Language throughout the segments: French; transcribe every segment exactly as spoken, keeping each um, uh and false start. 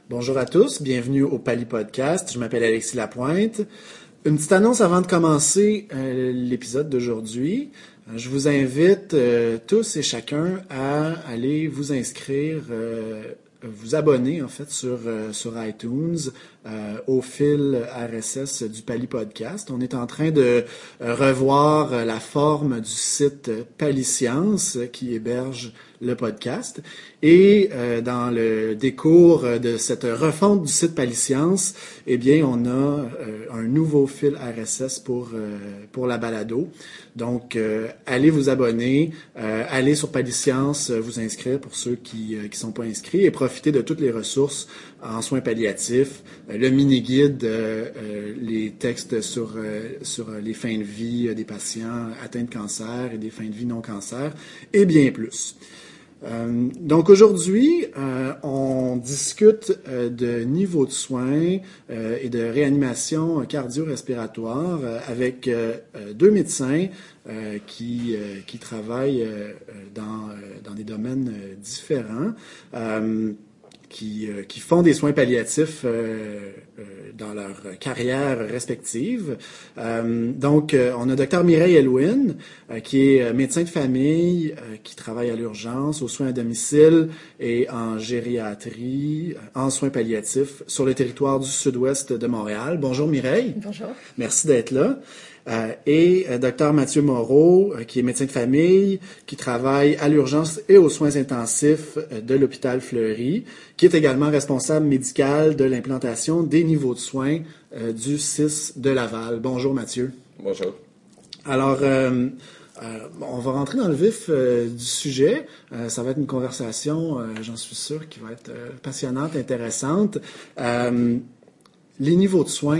Bonjour à tous, bienvenue au Pali Podcast. Je m'appelle Alexis Lapointe. Une petite annonce avant de commencer euh, l'épisode d'aujourd'hui. Euh, je vous invite euh, tous et chacun à aller vous inscrire, euh, vous abonner en fait sur, euh, sur iTunes euh, au fil R S S du Pali Podcast. On est en train de euh, revoir euh, la forme du site Paliscience euh, qui héberge le podcast. Et euh, dans le décours de cette refonte du site Paliscience, eh bien, on a euh, un nouveau fil R S S pour euh, pour la balado. Donc, euh, allez vous abonner, euh, allez sur Paliscience euh, vous inscrire pour ceux qui euh, qui sont pas inscrits et profiter de toutes les ressources en soins palliatifs, euh, le mini-guide, euh, euh, les textes sur euh, sur les fins de vie des patients atteints de cancer et des fins de vie non cancer et bien plus. Euh, donc aujourd'hui, euh, on discute euh, de niveau de soins euh, et de réanimation cardio-respiratoire euh, avec euh, deux médecins euh, qui, euh, qui travaillent euh, dans, euh, dans des domaines euh, différents. Euh, Qui, euh, qui font des soins palliatifs euh, euh, dans leur carrière respective. Euh, donc, euh, on a Dr Mireille Elwin, euh, qui est médecin de famille, euh, qui travaille à l'urgence, aux soins à domicile et en gériatrie, euh, en soins palliatifs sur le territoire du sud-ouest de Montréal. Bonjour Mireille. Bonjour. Merci d'être là. Euh, et euh, Dr Mathieu Moreau, euh, qui est médecin de famille, qui travaille à l'urgence et aux soins intensifs euh, de l'hôpital Fleury, qui est également responsable médical de l'implantation des niveaux de soins euh, du C I S de Laval. Bonjour Mathieu. Bonjour. Alors, euh, euh, on va rentrer dans le vif euh, du sujet. Euh, ça va être une conversation, euh, j'en suis sûr, qui va être euh, passionnante, intéressante. Euh, les niveaux de soins,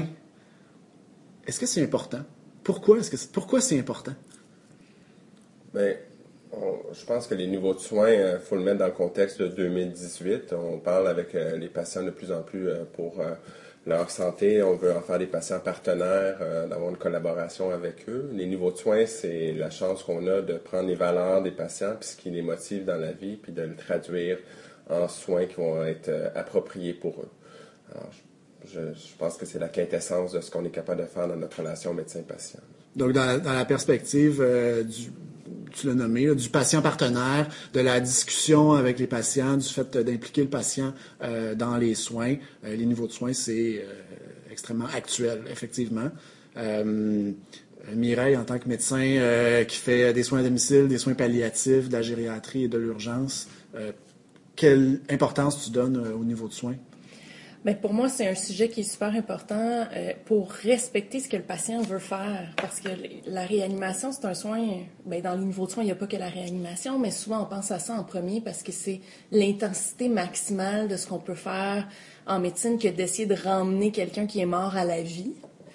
est-ce que c'est important? Pourquoi est-ce que c'est, pourquoi c'est important? Bien, on, je pense que les niveaux de soins, il euh, faut le mettre dans le contexte de deux mille dix-huit. On parle avec euh, les patients de plus en plus euh, pour euh, leur santé. On veut en faire des patients partenaires, euh, d'avoir une collaboration avec eux. Les niveaux de soins, c'est la chance qu'on a de prendre les valeurs des patients, puis ce qui les motive dans la vie, puis de le traduire en soins qui vont être euh, appropriés pour eux. Alors, Je, je pense que c'est la quintessence de ce qu'on est capable de faire dans notre relation médecin-patient. Donc, dans, dans la perspective euh, du, tu l'as nommé, là, du patient partenaire, de la discussion avec les patients, du fait d'impliquer le patient euh, dans les soins, euh, les niveaux de soins, c'est euh, extrêmement actuel, effectivement. Euh, Mireille, en tant que médecin euh, qui fait des soins à domicile, des soins palliatifs, de la gériatrie et de l'urgence, euh, quelle importance tu donnes euh, au niveau de soins? Bien, pour moi, c'est un sujet qui est super important euh, pour respecter ce que le patient veut faire. Parce que la réanimation, c'est un soin... Bien, dans les niveaux de soins, il n'y a pas que la réanimation, mais souvent, on pense à ça en premier parce que c'est l'intensité maximale de ce qu'on peut faire en médecine que d'essayer de ramener quelqu'un qui est mort à la vie.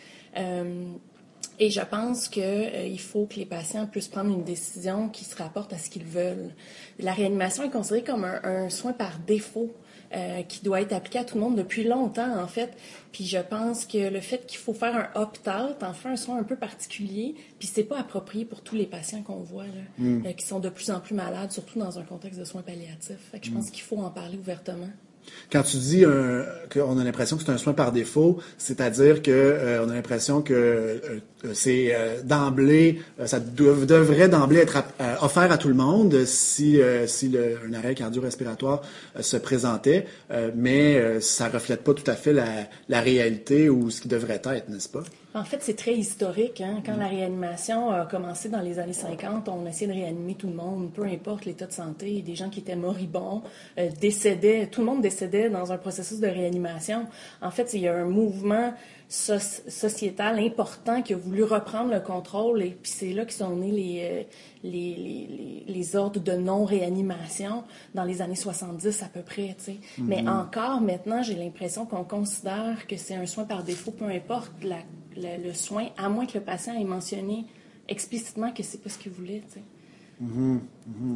Euh, et je pense qu'il euh, faut que les patients puissent prendre une décision qui se rapporte à ce qu'ils veulent. La réanimation est considérée comme un, un soin par défaut. Euh, qui doit être appliqué à tout le monde depuis longtemps, en fait. Puis je pense que le fait qu'il faut faire un opt-out en fait un soin un peu particulier, puis c'est pas approprié pour tous les patients qu'on voit, là, mm. euh, qui sont de plus en plus malades, surtout dans un contexte de soins palliatifs. Fait que je pense mm. qu'il faut en parler ouvertement. Quand tu dis euh, qu'on a l'impression que c'est un soin par défaut, c'est-à-dire que euh, on a l'impression que euh, c'est euh, d'emblée, euh, ça dev- devrait d'emblée être à, euh, offert à tout le monde si euh, si le, un arrêt cardio-respiratoire euh, se présentait, euh, mais euh, ça reflète pas tout à fait la, la réalité ou ce qui devrait être, n'est-ce pas? En fait, c'est très historique. Hein? Quand la réanimation a commencé dans les années cinquante, on essayait de réanimer tout le monde, peu importe l'état de santé. Des gens qui étaient moribonds euh, décédaient, tout le monde décédait dans un processus de réanimation. En fait, il y a un mouvement so- sociétal important qui a voulu reprendre le contrôle, et puis c'est là que sont nés les, euh, les, les, les, les ordres de non-réanimation dans les années soixante-dix à peu près. Tu sais. Mm-hmm. Mais encore maintenant, j'ai l'impression qu'on considère que c'est un soin par défaut, peu importe la Le, le soin, à moins que le patient ait mentionné explicitement que c'est pas ce qu'il voulait. Tu sais. Mm-hmm. Mm-hmm.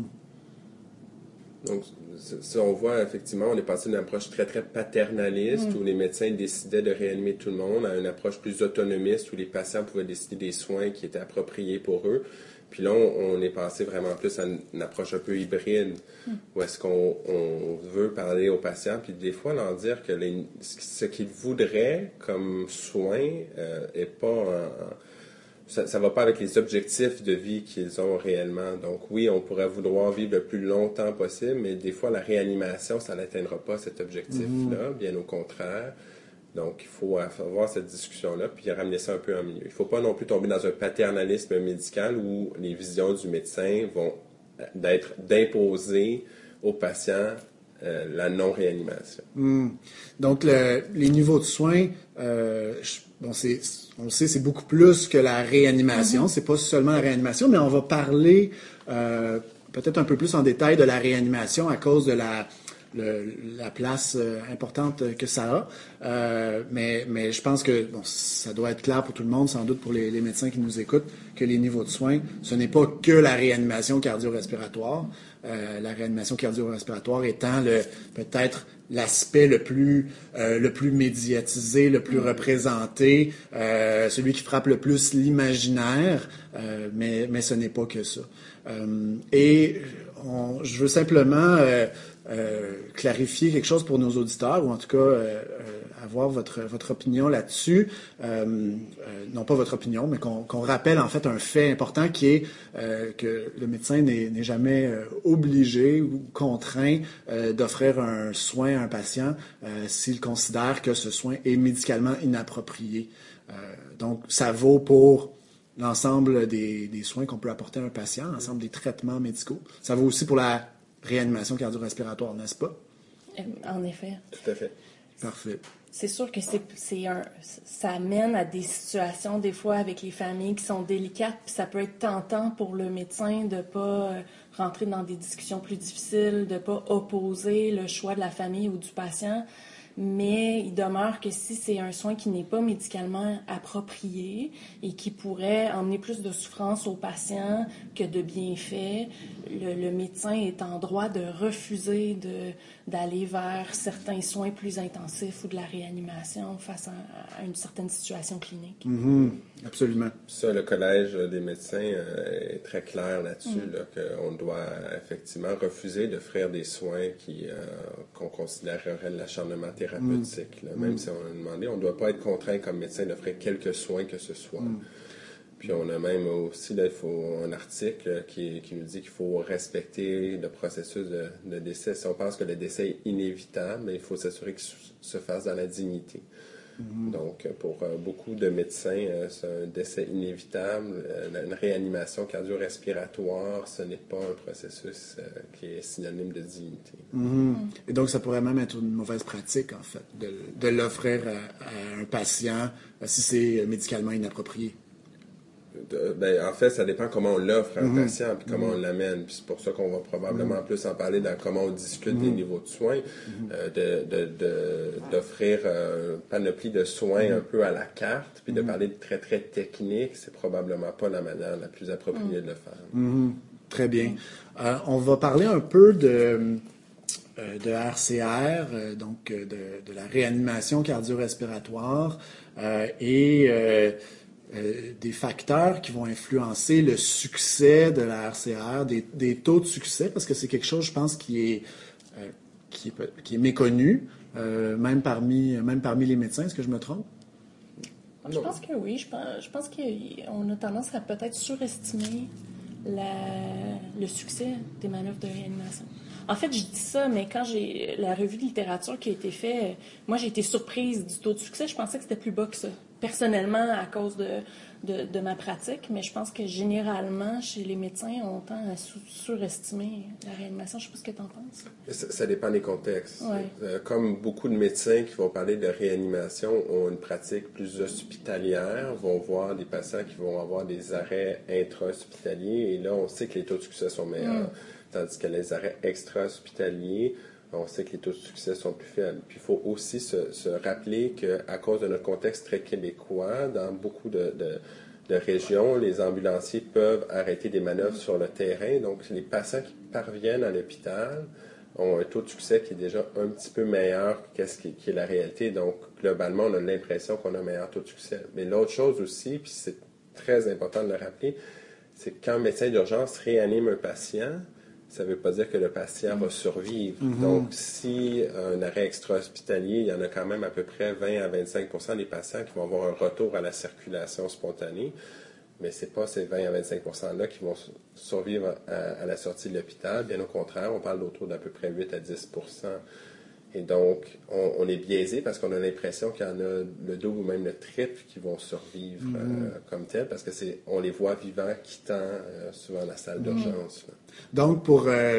Donc, ça, on voit effectivement, on est passé d'une approche très, très paternaliste mm. où les médecins décidaient de réanimer tout le monde à une approche plus autonomiste où les patients pouvaient décider des soins qui étaient appropriés pour eux. Puis là, on, on est passé vraiment plus à une, une approche un peu hybride, mm. où est-ce qu'on on veut parler aux patients, puis des fois leur dire que les, ce qu'ils voudraient comme soin euh, est pas en, ça ne va pas avec les objectifs de vie qu'ils ont réellement. Donc oui, on pourrait vouloir vivre le plus longtemps possible, mais des fois, la réanimation, ça n'atteindra pas cet objectif-là, mm. bien au contraire. Donc, il faut avoir cette discussion-là, puis ramener ça un peu en milieu. Il ne faut pas non plus tomber dans un paternalisme médical où les visions du médecin vont d'être d'imposer aux patients euh, la non-réanimation. Mm. Donc, le, les niveaux de soins, euh, je, bon, c'est, on le sait, c'est beaucoup plus que la réanimation. Mm-hmm. C'est pas seulement la réanimation, mais on va parler euh, peut-être un peu plus en détail de la réanimation à cause de la... Le, la place euh, importante que ça a. Euh, mais, mais je pense que bon, ça doit être clair pour tout le monde, sans doute pour les, les médecins qui nous écoutent, que les niveaux de soins, ce n'est pas que la réanimation cardio-respiratoire. Euh, la réanimation cardio-respiratoire étant le, peut-être l'aspect le plus, euh, le plus médiatisé, le plus représenté, euh, celui qui frappe le plus l'imaginaire, euh, mais, mais ce n'est pas que ça. Euh, et on, je veux simplement... Euh, Euh, clarifier quelque chose pour nos auditeurs, ou en tout cas euh, euh, avoir votre, votre opinion là-dessus. Euh, euh, non pas votre opinion, mais qu'on, qu'on rappelle en fait un fait important qui est euh, que le médecin n'est, n'est jamais euh, obligé ou contraint euh, d'offrir un soin à un patient euh, s'il considère que ce soin est médicalement inapproprié. Euh, donc, ça vaut pour l'ensemble des, des soins qu'on peut apporter à un patient, l'ensemble des traitements médicaux. Ça vaut aussi pour la réanimation cardio-respiratoire, n'est-ce pas? En effet. Tout à fait. Parfait. C'est sûr que c'est, c'est un, ça amène à des situations, des fois, avec les familles qui sont délicates, puis ça peut être tentant pour le médecin de ne pas rentrer dans des discussions plus difficiles, de ne pas opposer le choix de la famille ou du patient. Mais il demeure que si c'est un soin qui n'est pas médicalement approprié et qui pourrait emmener plus de souffrance au patient que de bienfaits, le, le médecin est en droit de refuser de, d'aller vers certains soins plus intensifs ou de la réanimation face à, à une certaine situation clinique. Mm-hmm. Absolument. Ça, le Collège des médecins euh, est très clair là-dessus, mm. là, qu'on doit effectivement refuser d'offrir des soins qui, euh, qu'on considérerait de l'acharnement thérapeutique. Là. Même mm. si on a demandé, on ne doit pas être contraint comme médecin d'offrir quelques soins que ce soit. Mm. Puis on a même aussi là, il faut, un article qui, qui nous dit qu'il faut respecter le processus de, de décès. Si on pense que le décès est inévitable, il faut s'assurer qu'il se fasse dans la dignité. Mm-hmm. Donc, pour euh, beaucoup de médecins, euh, c'est un décès inévitable. Euh, une réanimation cardio-respiratoire, ce n'est pas un processus euh, qui est synonyme de dignité. Mm-hmm. Et donc, ça pourrait même être une mauvaise pratique, en fait, de, de l'offrir à, à un patient euh, si c'est médicalement inapproprié. De, ben, en fait, ça dépend comment on l'offre à un mm-hmm. patient et comment mm-hmm. on l'amène. Puis c'est pour ça qu'on va probablement mm-hmm. plus en parler dans comment on discute mm-hmm. des niveaux de soins, mm-hmm. euh, de, de, de, d'offrir euh, une panoplie de soins mm-hmm. un peu à la carte, puis mm-hmm. de parler de très, très technique, c'est probablement pas la manière la plus appropriée mm-hmm. de le faire. Mm-hmm. Très bien. Mm-hmm. Euh, on va parler un peu de... de R C R, euh, donc de, de la réanimation cardio-respiratoire euh, et euh, euh, des facteurs qui vont influencer le succès de la R C R, des, des taux de succès, parce que c'est quelque chose, je pense, qui est, euh, qui est, qui est méconnu, euh, même, parmi, même parmi les médecins. Est-ce que je me trompe? Je pense que oui. Je pense, je pense qu'on a tendance à peut-être surestimer la, le succès des manœuvres de réanimation. En fait, je dis ça, mais quand j'ai la revue de littérature qui a été faite, moi, j'ai été surprise du taux de succès. Je pensais que c'était plus bas que ça, personnellement, à cause de, de, de ma pratique. Mais je pense que généralement, chez les médecins, on tend à sous- surestimer la réanimation. Je ne sais pas ce que tu en penses. Ça, ça dépend des contextes. Ouais. Euh, comme beaucoup de médecins qui vont parler de réanimation ont une pratique plus hospitalière, vont voir des patients qui vont avoir des arrêts intra-hospitaliers. Et là, on sait que les taux de succès sont meilleurs. Mm. Tandis que les arrêts extra-hospitaliers, on sait que les taux de succès sont plus faibles. Puis il faut aussi se, se rappeler qu'à cause de notre contexte très québécois, dans beaucoup de, de, de régions, les ambulanciers peuvent arrêter des manœuvres sur le terrain. Donc, les patients qui parviennent à l'hôpital ont un taux de succès qui est déjà un petit peu meilleur que ce qui, qui est la réalité. Donc, globalement, on a l'impression qu'on a un meilleur taux de succès. Mais l'autre chose aussi, puis c'est très important de le rappeler, c'est que quand un médecin d'urgence réanime un patient, ça ne veut pas dire que le patient va survivre. Mm-hmm. Donc, si un arrêt extra-hospitalier, il y en a quand même à peu près vingt à vingt-cinq pour cent des patients qui vont avoir un retour à la circulation spontanée. Mais ce n'est pas ces vingt à vingt-cinq pour cent-là qui vont survivre à, à la sortie de l'hôpital. Bien au contraire, on parle d'autour d'à peu près huit à dix pour cent. Et donc, on, on est biaisé parce qu'on a l'impression qu'il y en a le double ou même le triple qui vont survivre mm-hmm. euh, comme tel, parce que c'est, on les voit vivants quittant euh, souvent la salle d'urgence. Mm-hmm. Donc, pour... Euh,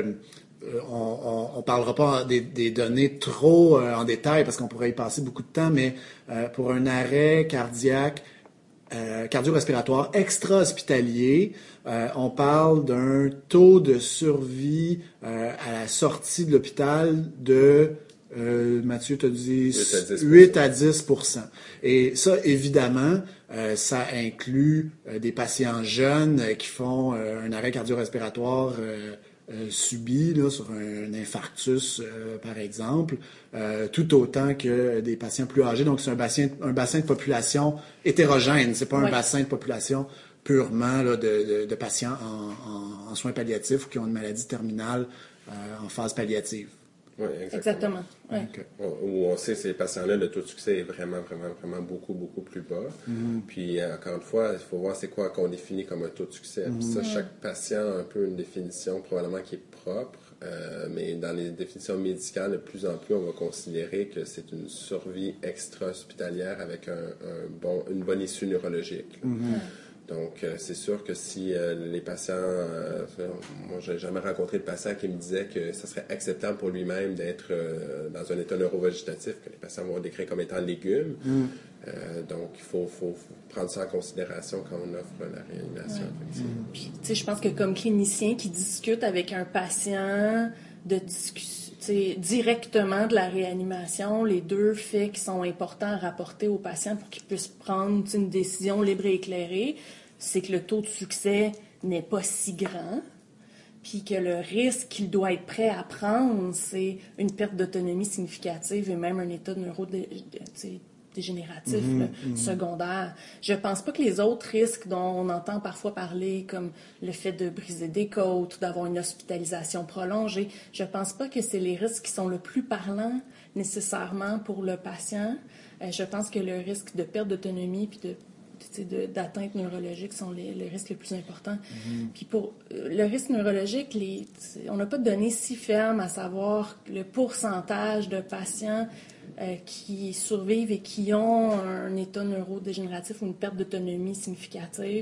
on ne parlera pas des, des données trop euh, en détail parce qu'on pourrait y passer beaucoup de temps, mais euh, pour un arrêt cardiaque, Euh, cardio-respiratoire extra-hospitalier, euh, on parle d'un taux de survie euh, à la sortie de l'hôpital de, euh, Mathieu t'a dit, huit à dix pour cent. Et ça, évidemment, euh, ça inclut euh, des patients jeunes euh, qui font euh, un arrêt cardio-respiratoire euh, Euh, subi là, sur un, un infarctus, euh, par exemple, euh, tout autant que des patients plus âgés. Donc, c'est un bassin, un bassin de population hétérogène. C'est pas ouais. un bassin de population purement là, de, de, de patients en, en, en soins palliatifs ou qui ont une maladie terminale euh, en phase palliative. Oui, exactement. Exactement. Ouais. Okay. Où on sait que ces patients-là, le taux de succès est vraiment, vraiment, vraiment beaucoup, beaucoup plus bas. Mm-hmm. Puis, encore une fois, il faut voir c'est quoi qu'on définit comme un taux de succès. Mm-hmm. Puis ça, chaque patient a un peu une définition probablement qui est propre, euh, mais dans les définitions médicales, de plus en plus, on va considérer que c'est une survie extra-hospitalière avec un, un bon, une bonne issue neurologique. Mm-hmm. Donc, euh, c'est sûr que si euh, les patients... Euh, moi, je n'ai jamais rencontré de patient qui me disait que ça serait acceptable pour lui-même d'être euh, dans un état neurovégétatif, que les patients vont décrire comme étant légumes. Mm. Euh, donc, il faut, faut, faut prendre ça en considération quand on offre la réanimation. Ouais. Mm. Puis, tu sais, je pense que comme clinicien qui discute avec un patient de discussion, directement de la réanimation, les deux faits qui sont importants à rapporter au patient pour qu'il puisse prendre une décision libre et éclairée, c'est que le taux de succès n'est pas si grand, puis que le risque qu'il doit être prêt à prendre, c'est une perte d'autonomie significative et même un état de neurodégénératif mm-hmm, là, mm-hmm. secondaire. Je pense pas que les autres risques dont on entend parfois parler, comme le fait de briser des côtes, d'avoir une hospitalisation prolongée, je pense pas que c'est les risques qui sont le plus parlants nécessairement pour le patient. Euh, je pense que le risque de perte d'autonomie puis de De, d'atteinte neurologique sont les, les risques les plus importants. Mm-hmm. Puis pour euh, le risque neurologique, les, on n'a pas de données si fermes à savoir le pourcentage de patients euh, qui survivent et qui ont un état neurodégénératif ou une perte d'autonomie significative.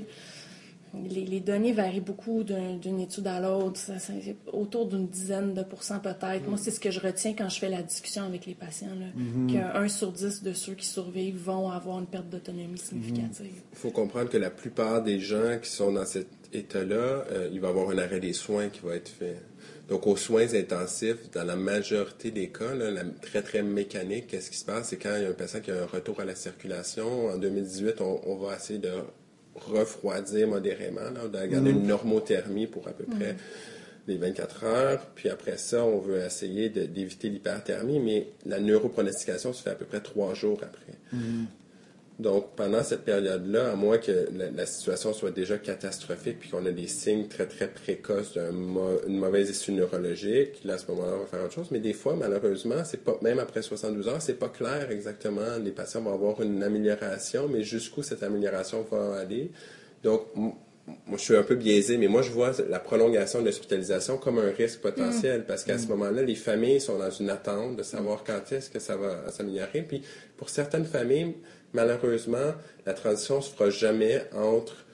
Les, les données varient beaucoup d'un, d'une étude à l'autre, ça, ça, autour d'une dizaine de pourcents peut-être. Mm. Moi, c'est ce que je retiens quand je fais la discussion avec les patients, là, mm-hmm. qu'un sur dix de ceux qui survivent vont avoir une perte d'autonomie significative. Il faut comprendre que la plupart des gens qui sont dans cet état-là, euh, il va y avoir un arrêt des soins qui va être fait. Donc, aux soins intensifs, dans la majorité des cas, là, la, très, très mécanique, qu'est-ce qui se passe? C'est quand il y a un patient qui a un retour à la circulation. En deux mille dix-huit, on, on va essayer de refroidir modérément, là, de garder mmh. une normothermie pour à peu près mmh. les vingt-quatre heures. Puis après ça, on veut essayer de, d'éviter l'hyperthermie, mais la neuropronostication se fait à peu près trois jours après. Mmh. Donc, pendant cette période-là, à moins que la, la situation soit déjà catastrophique puis qu'on a des signes très, très précoces d'une mo- mauvaise issue neurologique, là, à ce moment-là, on va faire autre chose. Mais des fois, malheureusement, c'est pas, même après soixante-douze heures, c'est pas clair exactement. Les patients vont avoir une amélioration, mais jusqu'où cette amélioration va aller. Donc, m- moi, je suis un peu biaisé, mais moi, je vois la prolongation de l'hospitalisation comme un risque potentiel, mmh. parce qu'à mmh. ce moment-là, les familles sont dans une attente de savoir quand est-ce que ça va s'améliorer. Puis, pour certaines familles, malheureusement, la transition ne se fera jamais entre...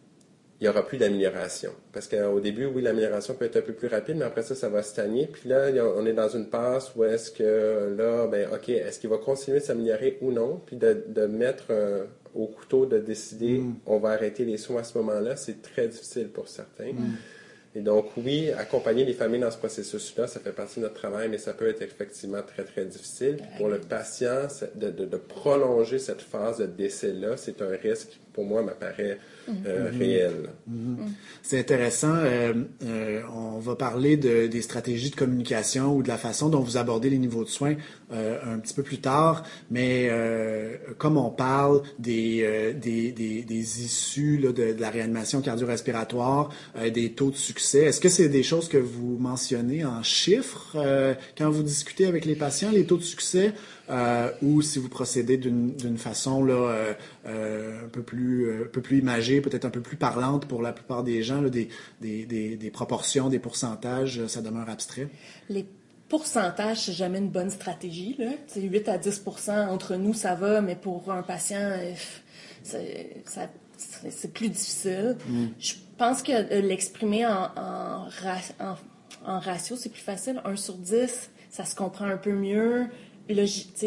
Il n'y aura plus d'amélioration. Parce qu'au début, oui, l'amélioration peut être un peu plus rapide, mais après ça, ça va stagner. Puis là, on est dans une passe où est-ce que, là, ben OK, est-ce qu'il va continuer de s'améliorer ou non? Puis de, de mettre euh, au couteau, de décider, mm. on va arrêter les soins à ce moment-là, c'est très difficile pour certains. Mm. Et donc, oui, accompagner les familles dans ce processus-là, ça fait partie de notre travail, mais ça peut être effectivement très, très difficile. Puis pour le patient, de, de, de prolonger cette phase de décès-là, c'est un risque pour moi, m'apparaît euh, mm-hmm. réel. Mm-hmm. C'est intéressant. Euh, euh, on va parler de, des stratégies de communication ou de la façon dont vous abordez les niveaux de soins euh, un petit peu plus tard, mais euh, comme on parle des, euh, des, des, des issues là, de, de la réanimation cardio-respiratoire, euh, des taux de succès, est-ce que c'est des choses que vous mentionnez en chiffres euh, quand vous discutez avec les patients, les taux de succès, euh, ou si vous procédez d'une, d'une façon là, euh, euh, un peu plus, euh, un peu plus imagée, peut-être un peu plus parlante pour la plupart des gens, là, des, des, des, des proportions, des pourcentages, ça demeure abstrait? Les pourcentages, c'est jamais une bonne stratégie, là. C'est huit à dix pour cent entre nous, ça va, mais pour un patient, c'est, ça, c'est plus difficile. Mm. Je pense que l'exprimer en, en, en, en ratio, c'est plus facile. un sur dix, ça se comprend un peu mieux. Là,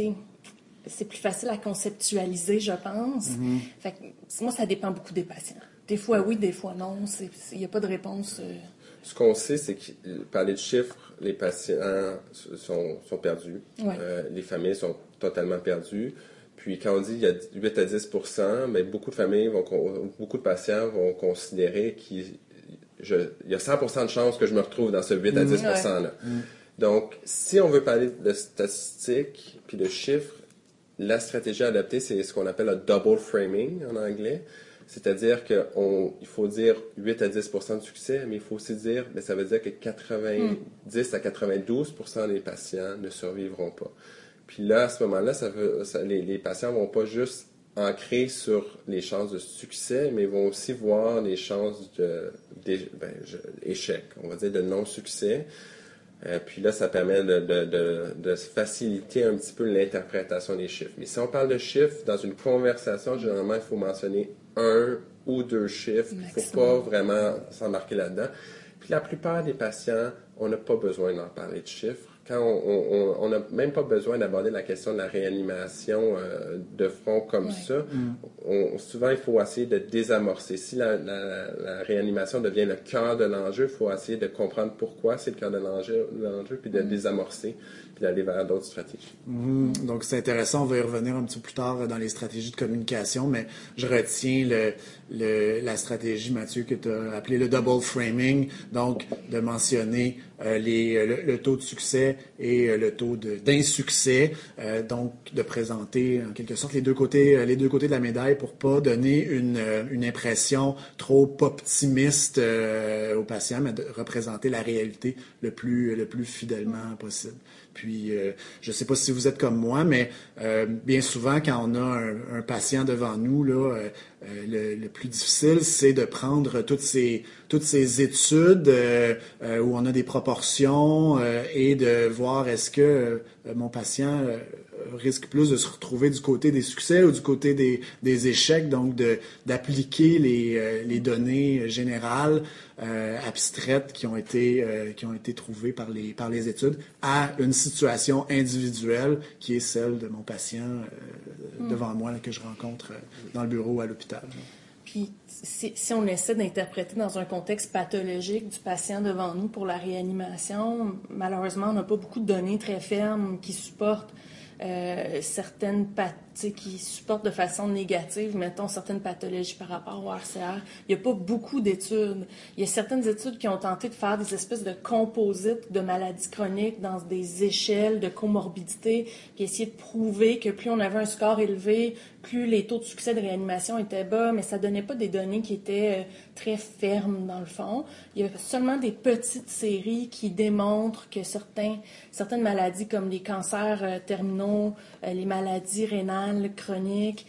c'est plus facile à conceptualiser, je pense. Mm-hmm. Fait que, moi, ça dépend beaucoup des patients. Des fois oui, des fois non. Il n'y a pas de réponse. Euh... Ce qu'on sait, c'est que parler de chiffres, les patients sont, sont perdus. Ouais. Euh, les familles sont totalement perdues. Puis quand on dit qu'il y a huit à dix pour cent, mais beaucoup de familles, vont, beaucoup de patients vont considérer qu'il je, il y a cent pour cent de chances que je me retrouve dans ce huit à dix pour cent-là. Ouais. Mm. Donc, si on veut parler de statistiques puis de chiffres, la stratégie adaptée, c'est ce qu'on appelle un double framing en anglais. C'est-à-dire qu'il faut dire huit à dix pour cent de succès, mais il faut aussi dire, mais ça veut dire que quatre-vingt-dix à quatre-vingt-douze pour cent des patients ne survivront pas. Puis là, à ce moment-là, ça veut, ça, les, les patients vont pas juste ancrer sur les chances de succès, mais ils vont aussi voir les chances de, de ben, je, échec, on va dire de non-succès. Euh, puis là, ça permet de, de, de, de faciliter un petit peu l'interprétation des chiffres. Mais si on parle de chiffres, dans une conversation, généralement, il faut mentionner un ou deux chiffres. Il ne faut pas vraiment s'embarquer là-dedans. Puis la plupart des patients, on n'a pas besoin d'en parler de chiffres. Quand on n'a même pas besoin d'aborder la question de la réanimation euh, de front comme ouais. ça, mm. on, souvent il faut essayer de désamorcer. Si la, la, la réanimation devient le cœur de l'enjeu, il faut essayer de comprendre pourquoi c'est le cœur de l'enjeu, l'enjeu puis de mm. désamorcer, puis d'aller vers d'autres stratégies. Mm. Donc c'est intéressant, on va y revenir un petit peu plus tard dans les stratégies de communication, mais je retiens le, le, la stratégie, Mathieu, que tu as appelée le double framing, donc de mentionner euh, les, le, le taux de succès et euh, le taux de, d'insuccès, euh, donc de présenter en quelque sorte les deux côtés, les deux côtés de la médaille pour pas donner une, une impression trop optimiste euh, aux patients, mais de représenter la réalité le plus, le plus fidèlement possible. Puis, euh, je ne sais pas si vous êtes comme moi, mais euh, bien souvent, quand on a un, un patient devant nous, là, euh, le, le plus difficile, c'est de prendre toutes ces, toutes ces études euh, euh, où on a des proportions euh, et de voir est-ce que euh, mon patient euh, risque plus de se retrouver du côté des succès ou du côté des, des échecs, donc de, d'appliquer les, euh, les données générales euh, abstraites qui ont été, euh, qui ont été trouvées par les, par les études à une situation individuelle qui est celle de mon patient euh, mm. devant moi là, que je rencontre euh, dans le bureau ou à l'hôpital. Puis, si, si on essaie d'interpréter dans un contexte pathologique du patient devant nous pour la réanimation, malheureusement, on n'a pas beaucoup de données très fermes qui supportent Euh, certaines pathologies qui supportent de façon négative, mettons, certaines pathologies par rapport au R C R. Il n'y a pas beaucoup d'études. Il y a certaines études qui ont tenté de faire des espèces de composites de maladies chroniques dans des échelles de comorbidité, puis essayer de prouver que plus on avait un score élevé, plus les taux de succès de réanimation étaient bas, mais ça ne donnait pas des données qui étaient euh, très fermes dans le fond. Il y a seulement des petites séries qui démontrent que certains, certaines maladies comme les cancers euh, terminaux, euh, les maladies rénales chroniques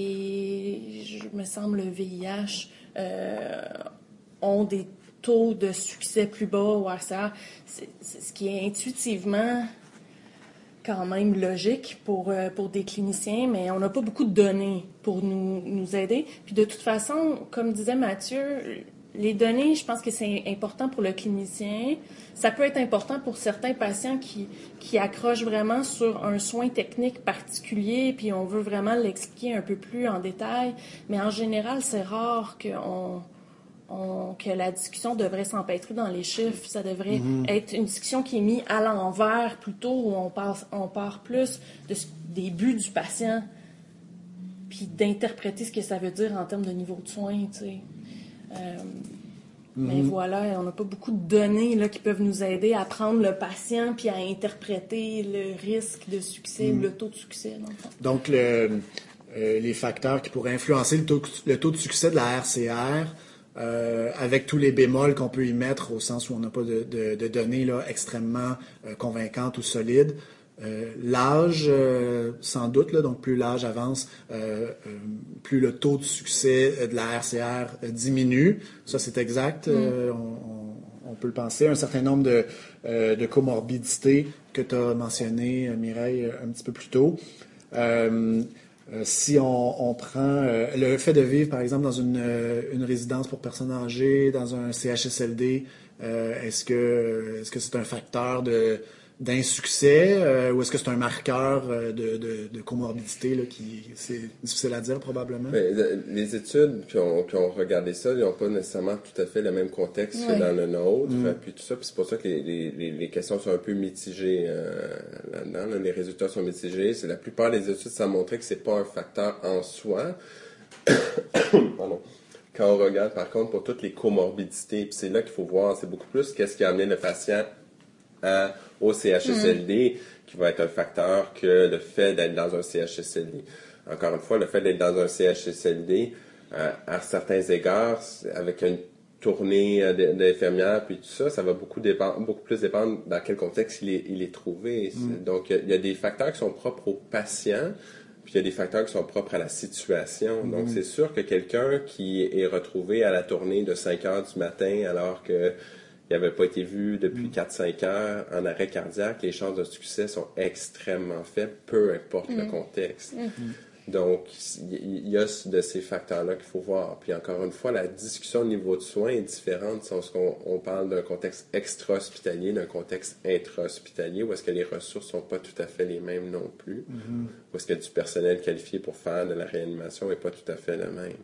et, je me semble, le V I H euh, ont des taux de succès plus bas au R C R. C'est, c'est ce qui est intuitivement quand même logique pour, euh, pour des cliniciens, mais on n'a pas beaucoup de données pour nous, nous aider. Puis de toute façon, comme disait Mathieu, les données, je pense que c'est important pour le clinicien. Ça peut être important pour certains patients qui, qui accrochent vraiment sur un soin technique particulier, puis on veut vraiment l'expliquer un peu plus en détail. Mais en général, c'est rare qu'on... On, que la discussion devrait s'empêtrer dans les chiffres. Ça devrait mm-hmm. être une discussion qui est mise à l'envers plutôt, où on, passe, on part plus de, des buts du patient. puis d'interpréter ce que ça veut dire en termes de niveau de soins, tu sais. Euh, Mais mm-hmm. voilà, on n'a pas beaucoup de données là, qui peuvent nous aider à prendre le patient puis à interpréter le risque de succès, mm-hmm. le taux de succès, dans le fond. Donc, le, euh, les facteurs qui pourraient influencer le taux, le taux de succès de la R C R, euh, avec tous les bémols qu'on peut y mettre, au sens où on n'a pas de, de, de données là, extrêmement euh, convaincantes ou solides. Euh, l'âge, euh, sans doute, là, donc plus l'âge avance, euh, euh, plus le taux de succès de la R C R euh, diminue. Ça, c'est exact. Mm. Euh, on, on peut le penser. Un certain nombre de, euh, de comorbidités que tu as mentionnées, Mireille, un petit peu plus tôt. Euh, euh, si on, on prend euh, le fait de vivre, par exemple, dans une, euh, une résidence pour personnes âgées, dans un C H S L D, euh, est-ce que est-ce que c'est un facteur de d'insuccès euh, ou est-ce que c'est un marqueur euh, de, de, de comorbidité là, qui c'est difficile à dire probablement? Mais, les études qui ont, qui ont regardé ça, ils n'ont pas nécessairement tout à fait le même contexte oui. que dans le nôtre. Mm. Puis tout ça, puis c'est pour ça que les, les, les questions sont un peu mitigées euh, là-dedans. Là, les résultats sont mitigés. C'est la plupart des études, ça a montré que c'est pas un facteur en soi. Pardon. Quand on regarde par contre pour toutes les comorbidités, puis c'est là qu'il faut voir, c'est beaucoup plus qu'est-ce qui a amené le patient à au C H S L D, mmh. qui va être un facteur que le fait d'être dans un C H S L D. Encore une fois, le fait d'être dans un C H S L D, euh, à certains égards, avec une tournée d'infirmières, puis tout ça, ça va beaucoup dépendre, beaucoup plus dépendre dans quel contexte il est, il est trouvé. Mmh. Donc, il y a des facteurs qui sont propres aux patients, puis il y a des facteurs qui sont propres à la situation. Mmh. Donc, c'est sûr que quelqu'un qui est retrouvé à la tournée de cinq heures du matin, alors que il n'avait pas été vu depuis quatre à cinq heures en arrêt cardiaque, les chances de succès sont extrêmement faibles, peu importe mmh. le contexte. Mmh. Donc, il y a de ces facteurs-là qu'il faut voir. Puis encore une fois, la discussion au niveau de soins est différente si on, on parle d'un contexte extra-hospitalier, d'un contexte intra-hospitalier, où est-ce que les ressources ne sont pas tout à fait les mêmes non plus, mmh. où est-ce que du personnel qualifié pour faire de la réanimation n'est pas tout à fait le même.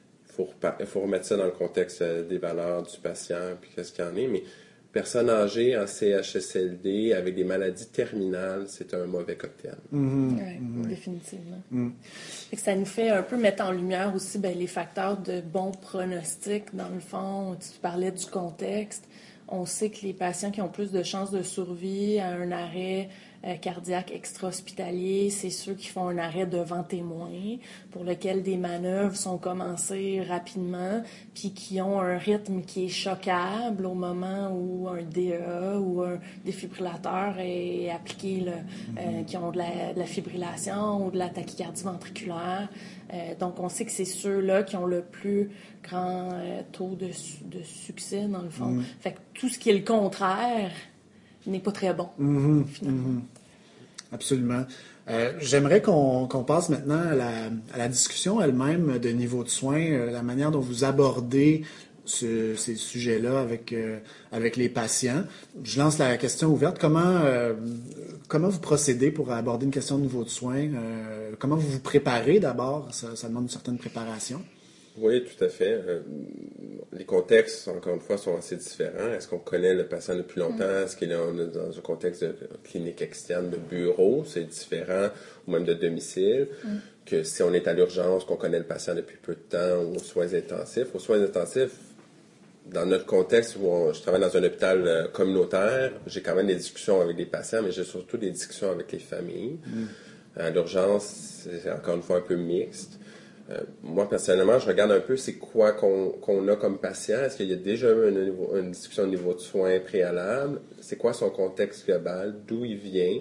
Il faut remettre ça dans le contexte des valeurs du patient, puis qu'est-ce qu'il y en est. Mais personnes âgées en C H S L D avec des maladies terminales, c'est un mauvais cocktail. Mm-hmm. Oui, mm-hmm. définitivement. Mm. Fait que ça nous fait un peu mettre en lumière aussi ben, les facteurs de bon pronostic. Dans le fond, tu parlais du contexte. On sait que les patients qui ont plus de chances de survie à un arrêt euh, cardiaque extra-hospitalier, c'est ceux qui font un arrêt devant témoin, pour lequel des manœuvres sont commencées rapidement, puis qui ont un rythme qui est choquable au moment où un D E A ou un défibrillateur est appliqué, là, euh, qui ont de la, de la fibrillation ou de la tachycardie ventriculaire. Euh, donc, on sait que c'est ceux-là qui ont le plus grand euh, taux de, de succès, dans le fond. Mm. Fait que tout ce qui est le contraire n'est pas très bon, mm-hmm. finalement. Mm-hmm. Absolument. Euh, j'aimerais qu'on, qu'on passe maintenant à la, à la discussion elle-même de niveau de soins, euh, la manière dont vous abordez ce, ces sujets-là avec, euh, avec les patients. Je lance la question ouverte. Comment, euh, comment vous procédez pour aborder une question de niveau de soins? Euh, comment vous vous préparez d'abord? Ça, ça demande une certaine préparation. Oui, tout à fait. Euh, les contextes, encore une fois, sont assez différents. Est-ce qu'on connaît le patient depuis longtemps? Mm. Est-ce qu'il est dans un contexte de clinique externe, de bureau? C'est différent, ou même de domicile, mm. que si on est à l'urgence, qu'on connaît le patient depuis peu de temps, ou aux soins intensifs. Aux soins intensifs, dans notre contexte où on, je travaille dans un hôpital euh, communautaire, j'ai quand même des discussions avec les patients, mais j'ai surtout des discussions avec les familles. Mm. À l'urgence, c'est encore une fois un peu mixte. Euh, moi, personnellement, je regarde un peu c'est quoi qu'on, qu'on a comme patient. Est-ce qu'il y a déjà eu une, une discussion au niveau de soins préalable? C'est quoi son contexte global? D'où il vient?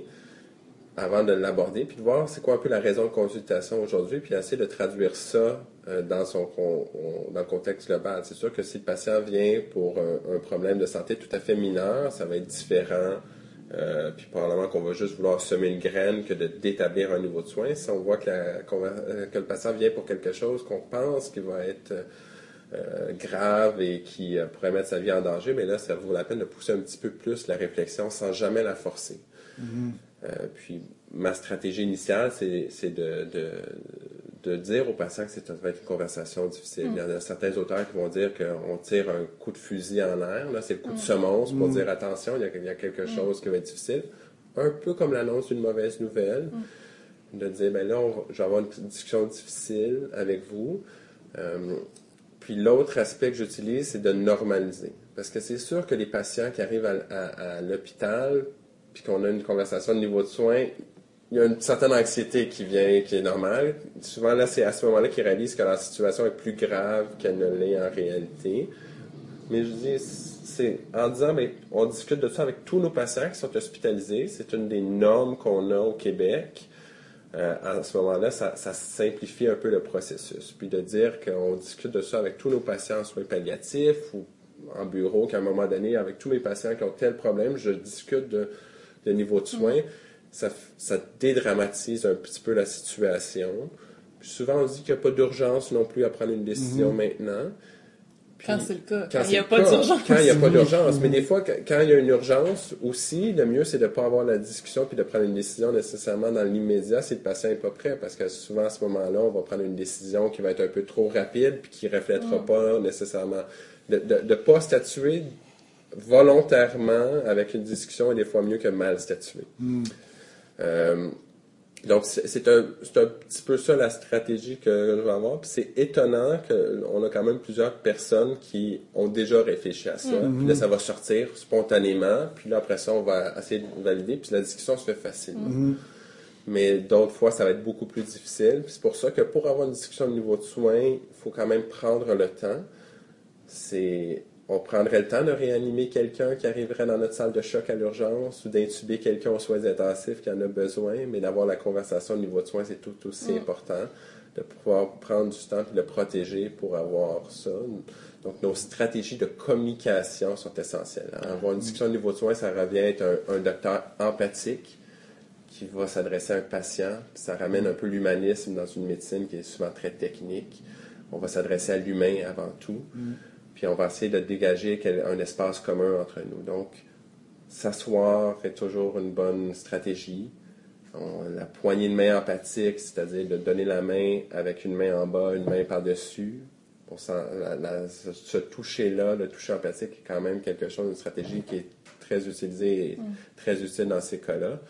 Avant de l'aborder, puis de voir c'est quoi un peu la raison de consultation aujourd'hui, puis essayer de traduire ça euh, dans, son, on, on, dans le contexte global. C'est sûr que si le patient vient pour un, un problème de santé tout à fait mineur, ça va être différent. Euh, puis probablement qu'on va juste vouloir semer une graine que de d'établir un niveau de soins. Si on voit que, la, que le patient vient pour quelque chose qu'on pense qu'il va être euh, grave et qui euh, pourrait mettre sa vie en danger, mais là, ça vaut la peine de pousser un petit peu plus la réflexion sans jamais la forcer. Mm-hmm. Euh, puis ma stratégie initiale, c'est, c'est de, de, de dire aux patients que ça va être une conversation difficile. Mm. Il y en a certains auteurs qui vont dire qu'on tire un coup de fusil en l'air. Là, c'est le coup mm. de semonce pour mm. dire attention, il y a, il y a quelque chose mm. qui va être difficile. Un peu comme l'annonce d'une mauvaise nouvelle. Mm. de dire, ben là, on, je vais avoir une discussion difficile avec vous. Euh, puis l'autre aspect que j'utilise, c'est de normaliser. Parce que c'est sûr que les patients qui arrivent à, à, à l'hôpital, puis qu'on a une conversation de niveau de soins, il y a une certaine anxiété qui vient, qui est normale. Souvent, là, c'est à ce moment-là qu'ils réalisent que leur situation est plus grave qu'elle ne l'est en réalité. Mais je dis, c'est en disant, bien, on discute de ça avec tous nos patients qui sont hospitalisés. C'est une des normes qu'on a au Québec. Euh, à ce moment-là, ça, ça simplifie un peu le processus. Puis de dire qu'on discute de ça avec tous nos patients en soins palliatifs ou en bureau, qu'à un moment donné, avec tous mes patients qui ont tel problème, je discute de, de niveau de soins. Mmh. Ça, ça dédramatise un petit peu la situation. Puis souvent, on dit qu'il n'y a pas d'urgence non plus à prendre une décision mmh. maintenant. Puis, quand c'est le cas, quand il n'y a pas d'urgence. Quand il n'y a pas d'urgence. Mais des fois, quand il y a une urgence aussi, le mieux, c'est de ne pas avoir la discussion puis de prendre une décision nécessairement dans l'immédiat si le patient n'est pas prêt. Parce que souvent, à ce moment-là, on va prendre une décision qui va être un peu trop rapide puis qui ne reflètera mmh. pas nécessairement. De ne pas statuer volontairement avec une discussion est des fois mieux que mal statuer. Mmh. Euh, donc, c'est, c'est, un, c'est un petit peu ça la stratégie que je vais avoir. Puis c'est étonnant qu'on a quand même plusieurs personnes qui ont déjà réfléchi à ça. Mm-hmm. Puis là, ça va sortir spontanément. Puis là, après ça, on va essayer de valider. Puis la discussion se fait facilement. Mm-hmm. Mais d'autres fois, ça va être beaucoup plus difficile. Puis c'est pour ça que pour avoir une discussion au niveau de soins, il faut quand même prendre le temps. C'est... On prendrait le temps de réanimer quelqu'un qui arriverait dans notre salle de choc à l'urgence ou d'intuber quelqu'un aux soins intensifs qui en a besoin, mais d'avoir la conversation au niveau de soins, c'est tout aussi mmh. important, de pouvoir prendre du temps et le protéger pour avoir ça. Donc, nos stratégies de communication sont essentielles. Hein? Avoir une discussion au niveau de soins, ça revient à être un, un docteur empathique qui va s'adresser à un patient, puis ça ramène un peu l'humanisme dans une médecine qui est souvent très technique. On va s'adresser à l'humain avant tout. Mmh. Puis on va essayer de dégager un espace commun entre nous. Donc, s'asseoir est toujours une bonne stratégie. On, la poignée de main empathique, c'est-à-dire de donner la main avec une main en bas, une main par-dessus. Pour la, la, ce toucher-là, le toucher empathique, est quand même quelque chose, une stratégie qui est très utilisée et mm. très utile dans ces cas-là.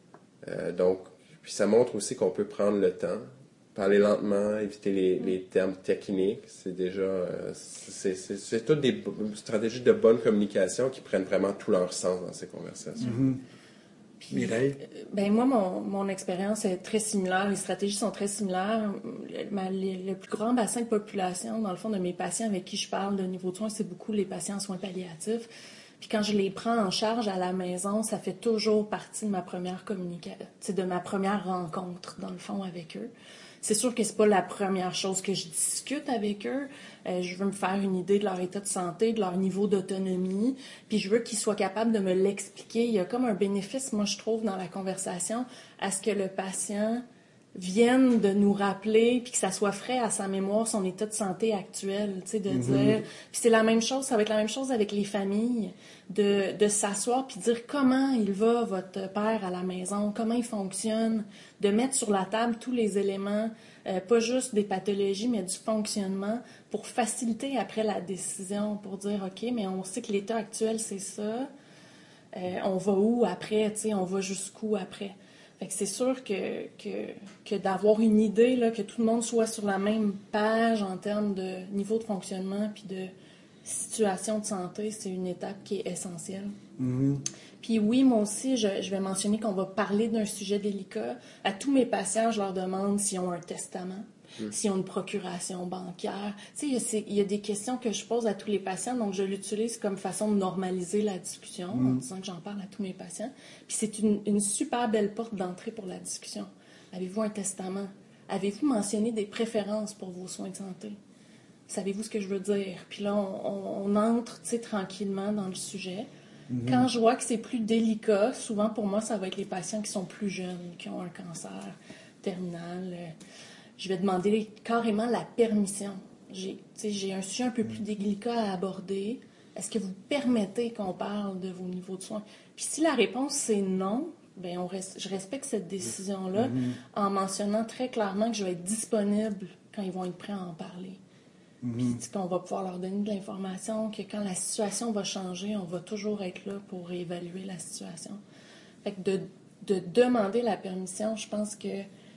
Euh, donc, puis ça montre aussi qu'on peut prendre le temps. Parler lentement, éviter les, les termes techniques, c'est déjà... Euh, c'est, c'est, c'est toutes des stratégies de bonne communication qui prennent vraiment tout leur sens dans ces conversations. Mm-hmm. Puis, Mireille? Ben moi, mon, mon expérience est très similaire. Les stratégies sont très similaires. Ma, les, le plus grand bassin de population, dans le fond, de mes patients avec qui je parle de niveau de soins, c'est beaucoup les patients en soins palliatifs. Puis quand je les prends en charge à la maison, ça fait toujours partie de ma première communication, de ma première rencontre, dans le fond, avec eux. C'est sûr que c'est pas la première chose que je discute avec eux. Euh, je veux me faire une idée de leur état de santé, de leur niveau d'autonomie, puis je veux qu'ils soient capables de me l'expliquer. Il y a comme un bénéfice, moi, je trouve, dans la conversation, à ce que le patient vienne de nous rappeler, puis que ça soit frais à sa mémoire, son état de santé actuel, tu sais, de mm-hmm. dire... Puis c'est la même chose, ça va être la même chose avec les familles, de, de s'asseoir puis dire comment il va, votre père, à la maison, comment il fonctionne, de mettre sur la table tous les éléments, euh, pas juste des pathologies, mais du fonctionnement, pour faciliter après la décision, pour dire, OK, mais on sait que l'état actuel, c'est ça, euh, on va où après, tu sais, on va jusqu'où après? Fait que c'est sûr que, que, que d'avoir une idée, là, que tout le monde soit sur la même page en termes de niveau de fonctionnement puis de situation de santé, c'est une étape qui est essentielle. Mm-hmm. Puis oui, moi aussi, je, je vais mentionner qu'on va parler d'un sujet délicat. À tous mes patients, je leur demande s'ils ont un testament, mm. s'ils ont une procuration bancaire. Tu sais, il y a des questions que je pose à tous les patients, donc je l'utilise comme façon de normaliser la discussion, mm. en disant que j'en parle à tous mes patients. Puis c'est une, une super belle porte d'entrée pour la discussion. Avez-vous un testament? Avez-vous mentionné des préférences pour vos soins de santé? Savez-vous ce que je veux dire? Puis là, on, on, on entre, tu sais, tranquillement dans le sujet. Mm-hmm. Quand je vois que c'est plus délicat, souvent pour moi, ça va être les patients qui sont plus jeunes, qui ont un cancer terminal. Je vais demander carrément la permission. J'ai, tu sais, j'ai un sujet un peu plus délicat à aborder. Est-ce que vous permettez qu'on parle de vos niveaux de soins? Puis si la réponse c'est non, bien, on reste, je respecte cette décision-là mm-hmm. en mentionnant très clairement que je vais être disponible quand ils vont être prêts à en parler. Mm-hmm. Puis qu'on va pouvoir leur donner de l'information, que quand la situation va changer, on va toujours être là pour évaluer la situation. Fait que de, de demander la permission, je pense que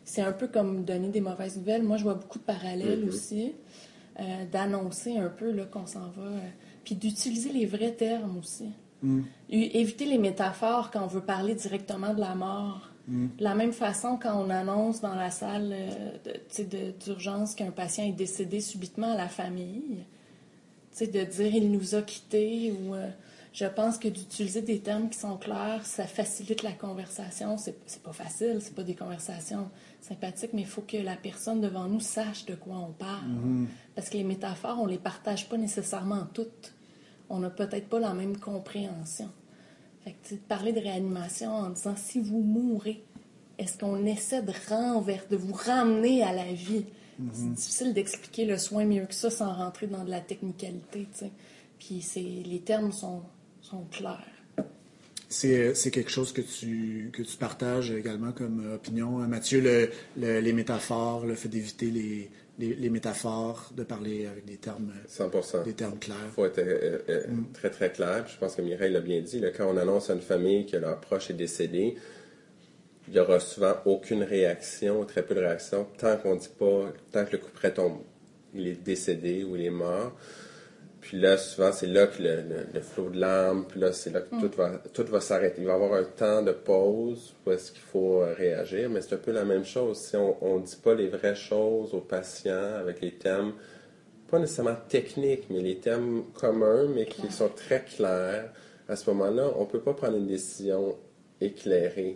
c'est un peu comme donner des mauvaises nouvelles. Moi, je vois beaucoup de parallèles mm-hmm. aussi, euh, d'annoncer un peu là, qu'on s'en va, euh, puis d'utiliser les vrais termes aussi. Mm. Éviter les métaphores quand on veut parler directement de la mort. Mm. De la même façon, quand on annonce dans la salle euh, de, de, d'urgence qu'un patient est décédé subitement à la famille, de dire « il nous a quittés » ou euh, je pense que d'utiliser des termes qui sont clairs, ça facilite la conversation. C'est, c'est pas facile, c'est pas des conversations sympathiques, mais il faut que la personne devant nous sache de quoi on parle. Mm. Parce que les métaphores, on les partage pas nécessairement toutes. On n'a peut-être pas la même compréhension. Fait que, de parler de réanimation en disant « si vous mourrez, est-ce qu'on essaie de renverser, de vous ramener à la vie? » Mm-hmm. C'est difficile d'expliquer le soin mieux que ça sans rentrer dans de la technicalité, tu sais. Puis c'est, les termes sont, sont clairs. C'est, c'est quelque chose que tu, que tu partages également comme opinion, Mathieu, le, le, les métaphores, le fait d'éviter les, les, les métaphores, de parler avec des termes, cent pour cent. Des termes clairs. Il faut être euh, euh, mm. très, très clair. Puis je pense que Mireille l'a bien dit. Là, quand on annonce à une famille que leur proche est décédé, il n'y aura souvent aucune réaction, très peu de réaction, tant qu'on ne dit pas, tant que le coup près tombe, il est décédé ou il est mort. Puis là, souvent, c'est là que le, le, le flot de larmes, puis là, c'est là que mm. tout, va, tout va s'arrêter. Il va y avoir un temps de pause où est-ce qu'il faut réagir, mais c'est un peu la même chose. Si on ne dit pas les vraies choses aux patients avec les termes, pas nécessairement techniques, mais les termes communs, mais qui sont très clairs, à ce moment-là, on ne peut pas prendre une décision éclairée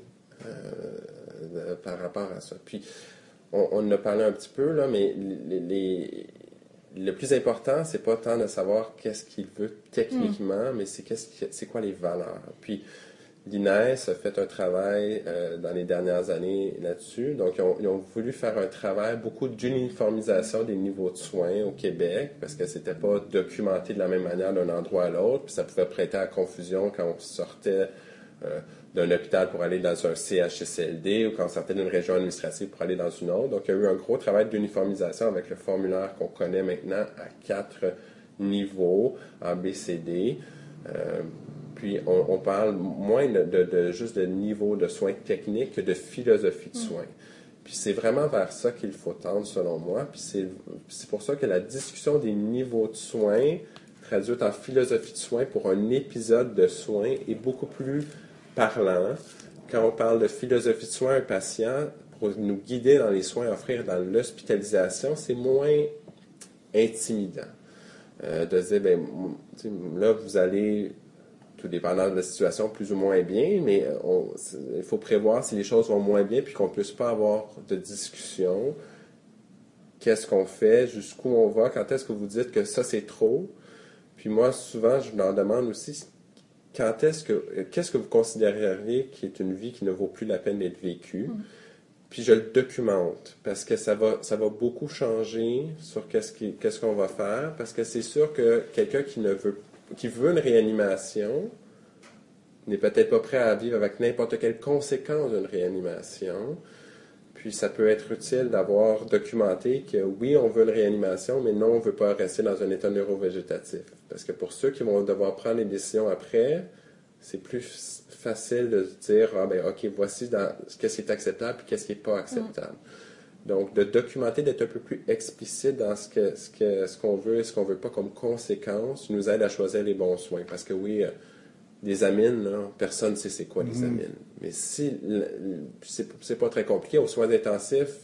euh, de, par rapport à ça. Puis, on, on en a parlé un petit peu, là, mais les... les le plus important, c'est pas tant de savoir qu'est-ce qu'il veut techniquement, mm. mais c'est, qu'est-ce qui, c'est quoi les valeurs. Puis, l'I N E S a fait un travail euh, dans les dernières années là-dessus. Donc, ils ont, ils ont voulu faire un travail, beaucoup d'uniformisation des niveaux de soins au Québec, parce que c'était pas documenté de la même manière d'un endroit à l'autre, puis ça pouvait prêter à confusion quand on sortait euh, d'un hôpital pour aller dans un C H C L D ou quand on sortait d'une région administrative pour aller dans une autre. Donc, il y a eu un gros travail d'uniformisation avec le formulaire qu'on connaît maintenant à quatre niveaux, A, B, C, D. Euh, puis, on, on parle moins de, de, de juste de niveau de soins techniques que de philosophie de soins. Puis, c'est vraiment vers ça qu'il faut tendre, selon moi. Puis, c'est, c'est pour ça que la discussion des niveaux de soins, traduite en philosophie de soins pour un épisode de soins, est beaucoup plus parlant. Quand on parle de philosophie de soins à un patient, pour nous guider dans les soins à offrir dans l'hospitalisation, c'est moins intimidant. Euh, de se dire, ben, là, vous allez, tout dépendant de la situation, plus ou moins bien, mais on, il faut prévoir si les choses vont moins bien, puis qu'on ne puisse pas avoir de discussion. Qu'est-ce qu'on fait? Jusqu'où on va? Quand est-ce que vous dites que ça, c'est trop? Puis moi, souvent, je leur demande aussi, quand est-ce que, qu'est-ce que vous considéreriez qui est une vie qui ne vaut plus la peine d'être vécue? Mm. Puis je le documente, parce que ça va, ça va beaucoup changer sur qu'est-ce, qui, qu'est-ce qu'on va faire, parce que c'est sûr que quelqu'un qui ne veut, qui veut une réanimation n'est peut-être pas prêt à vivre avec n'importe quelle conséquence d'une réanimation. Puis ça peut être utile d'avoir documenté que oui, on veut une réanimation, mais non, on ne veut pas rester dans un état neurovégétatif. Parce que pour ceux qui vont devoir prendre les décisions après, c'est plus facile de se dire, ah ben ok, voici dans, qu'est-ce qui est acceptable et qu'est-ce qui n'est pas acceptable. Mm. Donc, de documenter, d'être un peu plus explicite dans ce, que, ce, que, ce qu'on veut et ce qu'on ne veut pas comme conséquence, nous aide à choisir les bons soins. Parce que oui, euh, les amines, là, personne ne sait c'est quoi les amines. Mais si, c'est, c'est pas très compliqué, aux soins intensifs,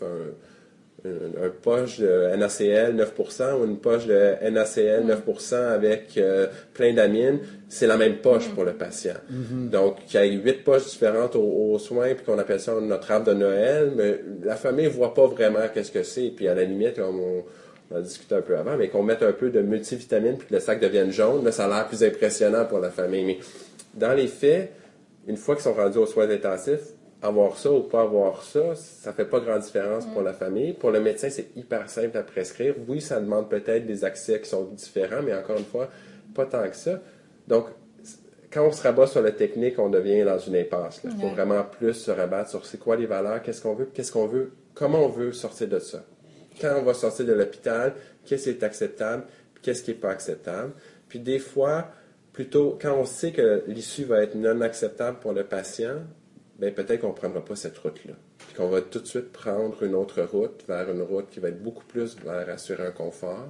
un, un, un poche de N A C L neuf pour cent ou une poche de N A C L neuf pour cent avec euh, plein d'amines, c'est la même poche pour le patient. Mm-hmm. Donc, qu'il y ait huit poches différentes aux, aux soins, puis qu'on appelle ça notre arbre de Noël, mais la famille ne voit pas vraiment qu'est-ce que c'est. Puis à la limite, comme on, on a discuté un peu avant, mais qu'on mette un peu de multivitamines puis que le sac devienne jaune, là, ça a l'air plus impressionnant pour la famille. Mais dans les faits, une fois qu'ils sont rendus aux soins intensifs, avoir ça ou pas avoir ça, ça ne fait pas grande différence mm. pour la famille. Pour le médecin, c'est hyper simple à prescrire. Oui, ça demande peut-être des accès qui sont différents, mais encore une fois, pas tant que ça. Donc, quand on se rabat sur la technique, on devient dans une impasse. Il faut vraiment plus se rabattre sur c'est quoi les valeurs, qu'est-ce qu'on veut, qu'est-ce qu'on veut, comment on veut sortir de ça. Quand on va sortir de l'hôpital, qu'est-ce qui est acceptable, puis qu'est-ce qui n'est pas acceptable. Puis des fois, plutôt, quand on sait que l'issue va être non acceptable pour le patient, bien peut-être qu'on ne prendra pas cette route-là. puis qu'on va tout de suite prendre une autre route, vers une route qui va être beaucoup plus vers assurer un confort,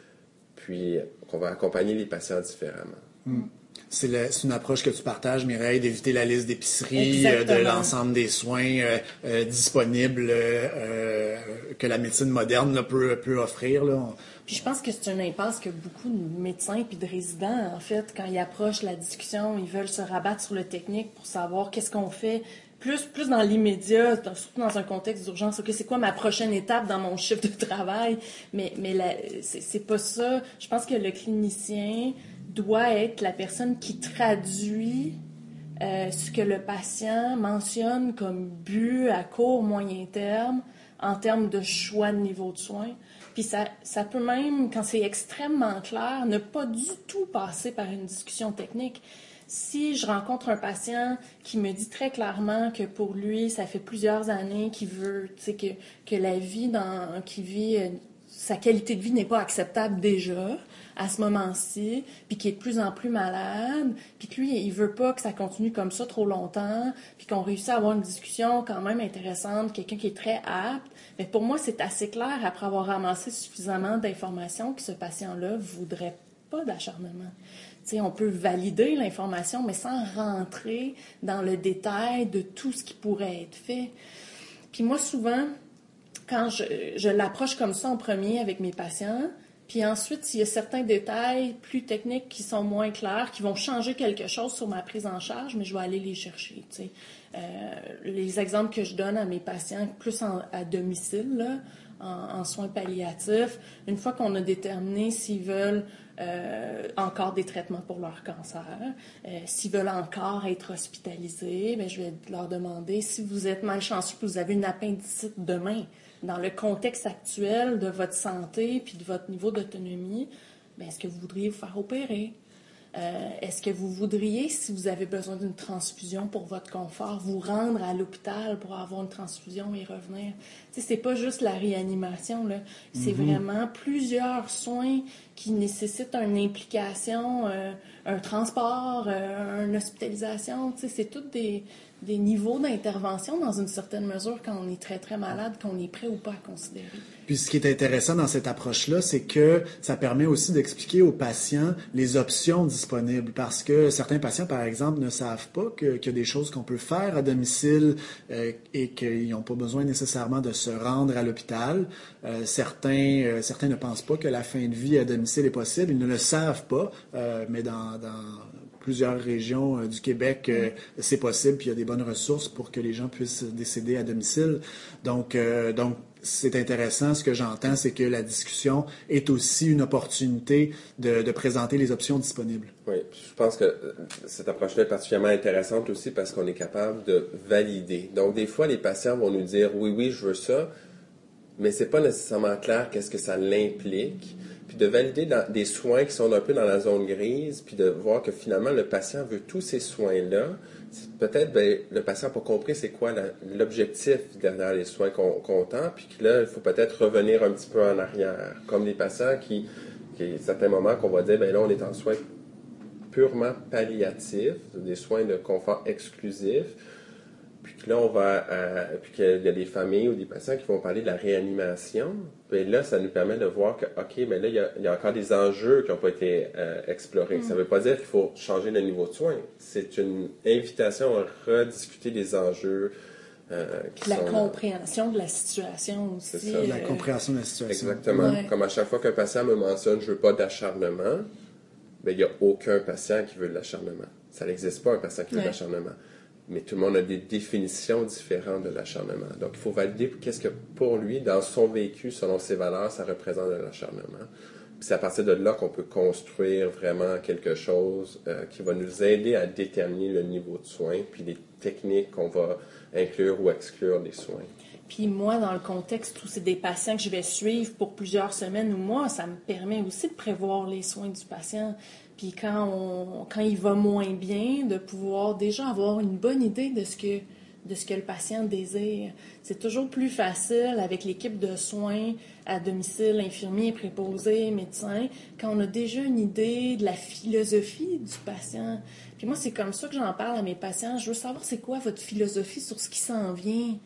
puis qu'on va accompagner les patients différemment. Mm. C'est, le, c'est une approche que tu partages, Mireille, d'éviter la liste d'épicerie, euh, de l'ensemble des soins euh, euh, disponibles euh, que la médecine moderne là, peut, peut offrir. Là. Puis je pense que c'est une impasse que beaucoup de médecins puis de résidents, en fait, quand ils approchent la discussion, ils veulent se rabattre sur le technique pour savoir qu'est-ce qu'on fait. Plus, plus dans l'immédiat, surtout dans un contexte d'urgence. OK, c'est quoi ma prochaine étape dans mon chiffre de travail? Mais, mais la, c'est, c'est pas ça. Je pense que le clinicien doit être la personne qui traduit euh, ce que le patient mentionne comme but à court, moyen terme, en termes de choix de niveau de soins. Puis ça, ça peut même, quand c'est extrêmement clair, ne pas du tout passer par une discussion technique. Si je rencontre un patient qui me dit très clairement que pour lui, ça fait plusieurs années qu'il veut, tu sais, que, que la vie dans, qu'il vit, euh, sa qualité de vie n'est pas acceptable déjà à ce moment-ci, puis qu'il est de plus en plus malade, puis que lui, il veut pas que ça continue comme ça trop longtemps, puis qu'on réussisse à avoir une discussion quand même intéressante, quelqu'un qui est très apte. Mais pour moi, c'est assez clair, après avoir ramassé suffisamment d'informations, que ce patient-là voudrait pas d'acharnement. T'sais, on peut valider l'information, mais sans rentrer dans le détail de tout ce qui pourrait être fait. Puis moi, souvent, quand je, je l'approche comme ça en premier avec mes patients, puis ensuite, s'il y a certains détails plus techniques qui sont moins clairs, qui vont changer quelque chose sur ma prise en charge, mais je vais aller les chercher. T'sais. Euh, les exemples que je donne à mes patients, plus en, à domicile, là, en, en soins palliatifs, une fois qu'on a déterminé s'ils veulent Euh, encore des traitements pour leur cancer. Euh, s'ils veulent encore être hospitalisés, bien, je vais leur demander si vous êtes malchanceux que vous avez une appendicite demain, dans le contexte actuel de votre santé puis de votre niveau d'autonomie, bien, est-ce que vous voudriez vous faire opérer? Euh, est-ce que vous voudriez, si vous avez besoin d'une transfusion pour votre confort, vous rendre à l'hôpital pour avoir une transfusion et revenir? Tu sais, c'est pas juste la réanimation, là. C'est mm-hmm. vraiment plusieurs soins qui nécessitent une implication, euh, un transport, euh, une hospitalisation. Tu sais, c'est tous des, des niveaux d'intervention dans une certaine mesure quand on est très, très malade, qu'on est prêt ou pas à considérer. Puis ce qui est intéressant dans cette approche-là, c'est que ça permet aussi d'expliquer aux patients les options disponibles. Parce que certains patients, par exemple, ne savent pas que, qu'il y a des choses qu'on peut faire à domicile euh, et qu'ils n'ont pas besoin nécessairement de se rendre à l'hôpital. Euh, certains, euh, certains ne pensent pas que la fin de vie à domicile est possible. Ils ne le savent pas, euh, mais dans... dans plusieurs régions euh, du Québec, euh, c'est possible, puis il y a des bonnes ressources pour que les gens puissent décéder à domicile. Donc, euh, donc c'est intéressant. Ce que j'entends, c'est que la discussion est aussi une opportunité de, de présenter les options disponibles. Oui, je pense que cette approche-là est particulièrement intéressante aussi parce qu'on est capable de valider. Donc, des fois, les patients vont nous dire « oui, oui, je veux ça », mais c'est pas nécessairement clair qu'est-ce que ça l'implique. Puis de valider dans des soins qui sont un peu dans la zone grise, puis de voir que finalement, le patient veut tous ces soins-là. Peut-être, ben, le patient n'a pas compris c'est quoi la, l'objectif derrière les soins qu'on, qu'on tend, puis que là, il faut peut-être revenir un petit peu en arrière. Comme les patients qui, qui à certains moments, qu'on va dire, ben là, on est en soins purement palliatifs, des soins de confort exclusifs. Puis que là, on va, euh, puis qu'il y a des familles ou des patients qui vont parler de la réanimation. Puis là, ça nous permet de voir que, OK, mais là, il y a, il y a encore des enjeux qui n'ont pas été euh, explorés. Mm. Ça ne veut pas dire qu'il faut changer le niveau de soins. C'est une invitation à rediscuter des enjeux euh, qui la sont... La compréhension de la situation aussi. C'est ça. La euh... compréhension de la situation. Exactement. Ouais. Comme à chaque fois qu'un patient me mentionne « je ne veux pas d'acharnement », bien, il n'y a aucun patient qui veut de l'acharnement. Ça n'existe pas, un patient qui veut ouais. de l'acharnement. Mais tout le monde a des définitions différentes de l'acharnement. Donc, il faut valider qu'est-ce que, pour lui, dans son vécu, selon ses valeurs, ça représente de l'acharnement. Puis c'est à partir de là qu'on peut construire vraiment quelque chose euh, qui va nous aider à déterminer le niveau de soins, puis les techniques qu'on va inclure ou exclure des soins. Puis moi, dans le contexte où c'est des patients que je vais suivre pour plusieurs semaines ou mois, ça me permet aussi de prévoir les soins du patient. Puis quand, on, quand il va moins bien, de pouvoir déjà avoir une bonne idée de ce que, de ce que le patient désire. C'est toujours plus facile avec l'équipe de soins à domicile, infirmiers, préposés, médecins, quand on a déjà une idée de la philosophie du patient. Puis moi, c'est comme ça que j'en parle à mes patients. Je veux savoir c'est quoi votre philosophie sur ce qui s'en vient.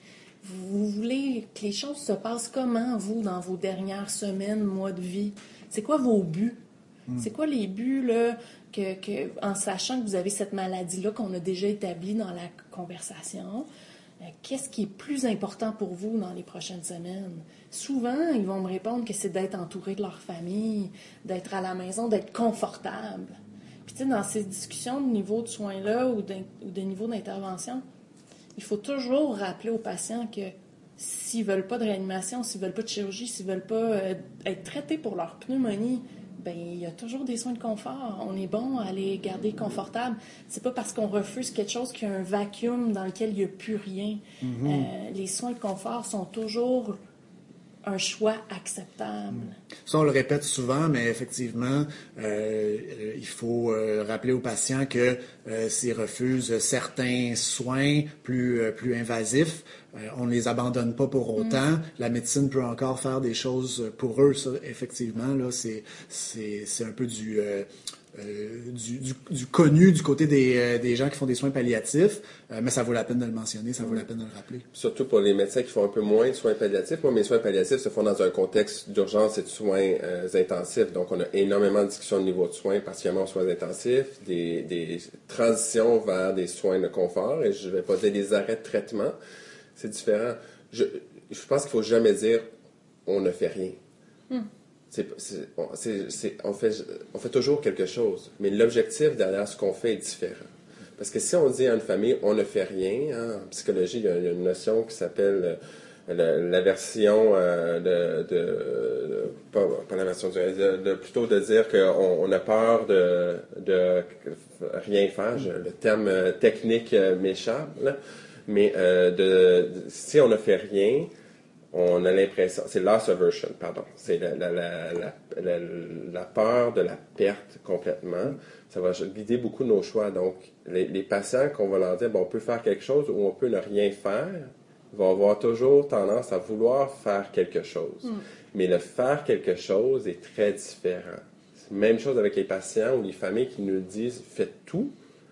Vous voulez que les choses se passent comment, vous, dans vos dernières semaines, mois de vie? C'est quoi vos buts? Mm. C'est quoi les buts, là, que, que, en sachant que vous avez cette maladie-là qu'on a déjà établie dans la conversation? Euh, qu'est-ce qui est plus important pour vous dans les prochaines semaines? Souvent, ils vont me répondre que c'est d'être entouré de leur famille, d'être à la maison, d'être confortable. Puis, tu sais, dans ces discussions de niveau de soins-là ou de, ou de niveau d'intervention, il faut toujours rappeler aux patients que s'ils ne veulent pas de réanimation, s'ils ne veulent pas de chirurgie, s'ils ne veulent pas euh, être traités pour leur pneumonie, bien, il y a toujours des soins de confort. On est bon à les garder confortables. C'est pas parce qu'on refuse quelque chose qu'il y a un vacuum dans lequel il n'y a plus rien. Mm-hmm. Euh, les soins de confort sont toujours un choix acceptable. Ça, on le répète souvent, mais effectivement, euh, il faut euh, rappeler aux patients que euh, s'ils refusent certains soins plus, euh, plus invasifs, euh, on ne les abandonne pas pour autant. Mm. La médecine peut encore faire des choses pour eux. Ça, effectivement, là, c'est, c'est, c'est un peu du... Euh, Euh, du, du, du connu du côté des, euh, des gens qui font des soins palliatifs, euh, mais ça vaut la peine de le mentionner, ça vaut la peine de le rappeler. Surtout pour les médecins qui font un peu moins de soins palliatifs. Moi, mes soins palliatifs se font dans un contexte d'urgence et de soins euh, intensifs. Donc, on a énormément de discussions de niveau de soins, particulièrement aux soins intensifs, des, des transitions vers des soins de confort, et je ne vais pas dire des arrêts de traitement. C'est différent. Je, je pense qu'il ne faut jamais dire « on ne fait rien mm. ». C'est, c'est, c'est, c'est, on, fait, on fait toujours quelque chose, mais l'objectif derrière ce qu'on fait est différent. Parce que si on dit à une famille, on ne fait rien, hein, en psychologie, il y a une notion qui s'appelle euh, la, la version euh, de, de, de pas, pas la version de, de, plutôt de dire qu'on on a peur de, de rien faire. Je, le terme technique m'échappe, là, mais euh, de, de, si on ne fait rien, on a l'impression, c'est loss aversion, pardon, c'est la, la, la, la, la, la peur de la perte complètement. Ça va guider beaucoup nos choix. Donc, les, les patients qu'on va leur dire, bon, on peut faire quelque chose ou on peut ne rien faire, vont avoir toujours tendance à vouloir faire quelque chose. Mm. Mais le faire quelque chose est très différent. Même chose avec les patients ou les familles qui nous disent, faites tout,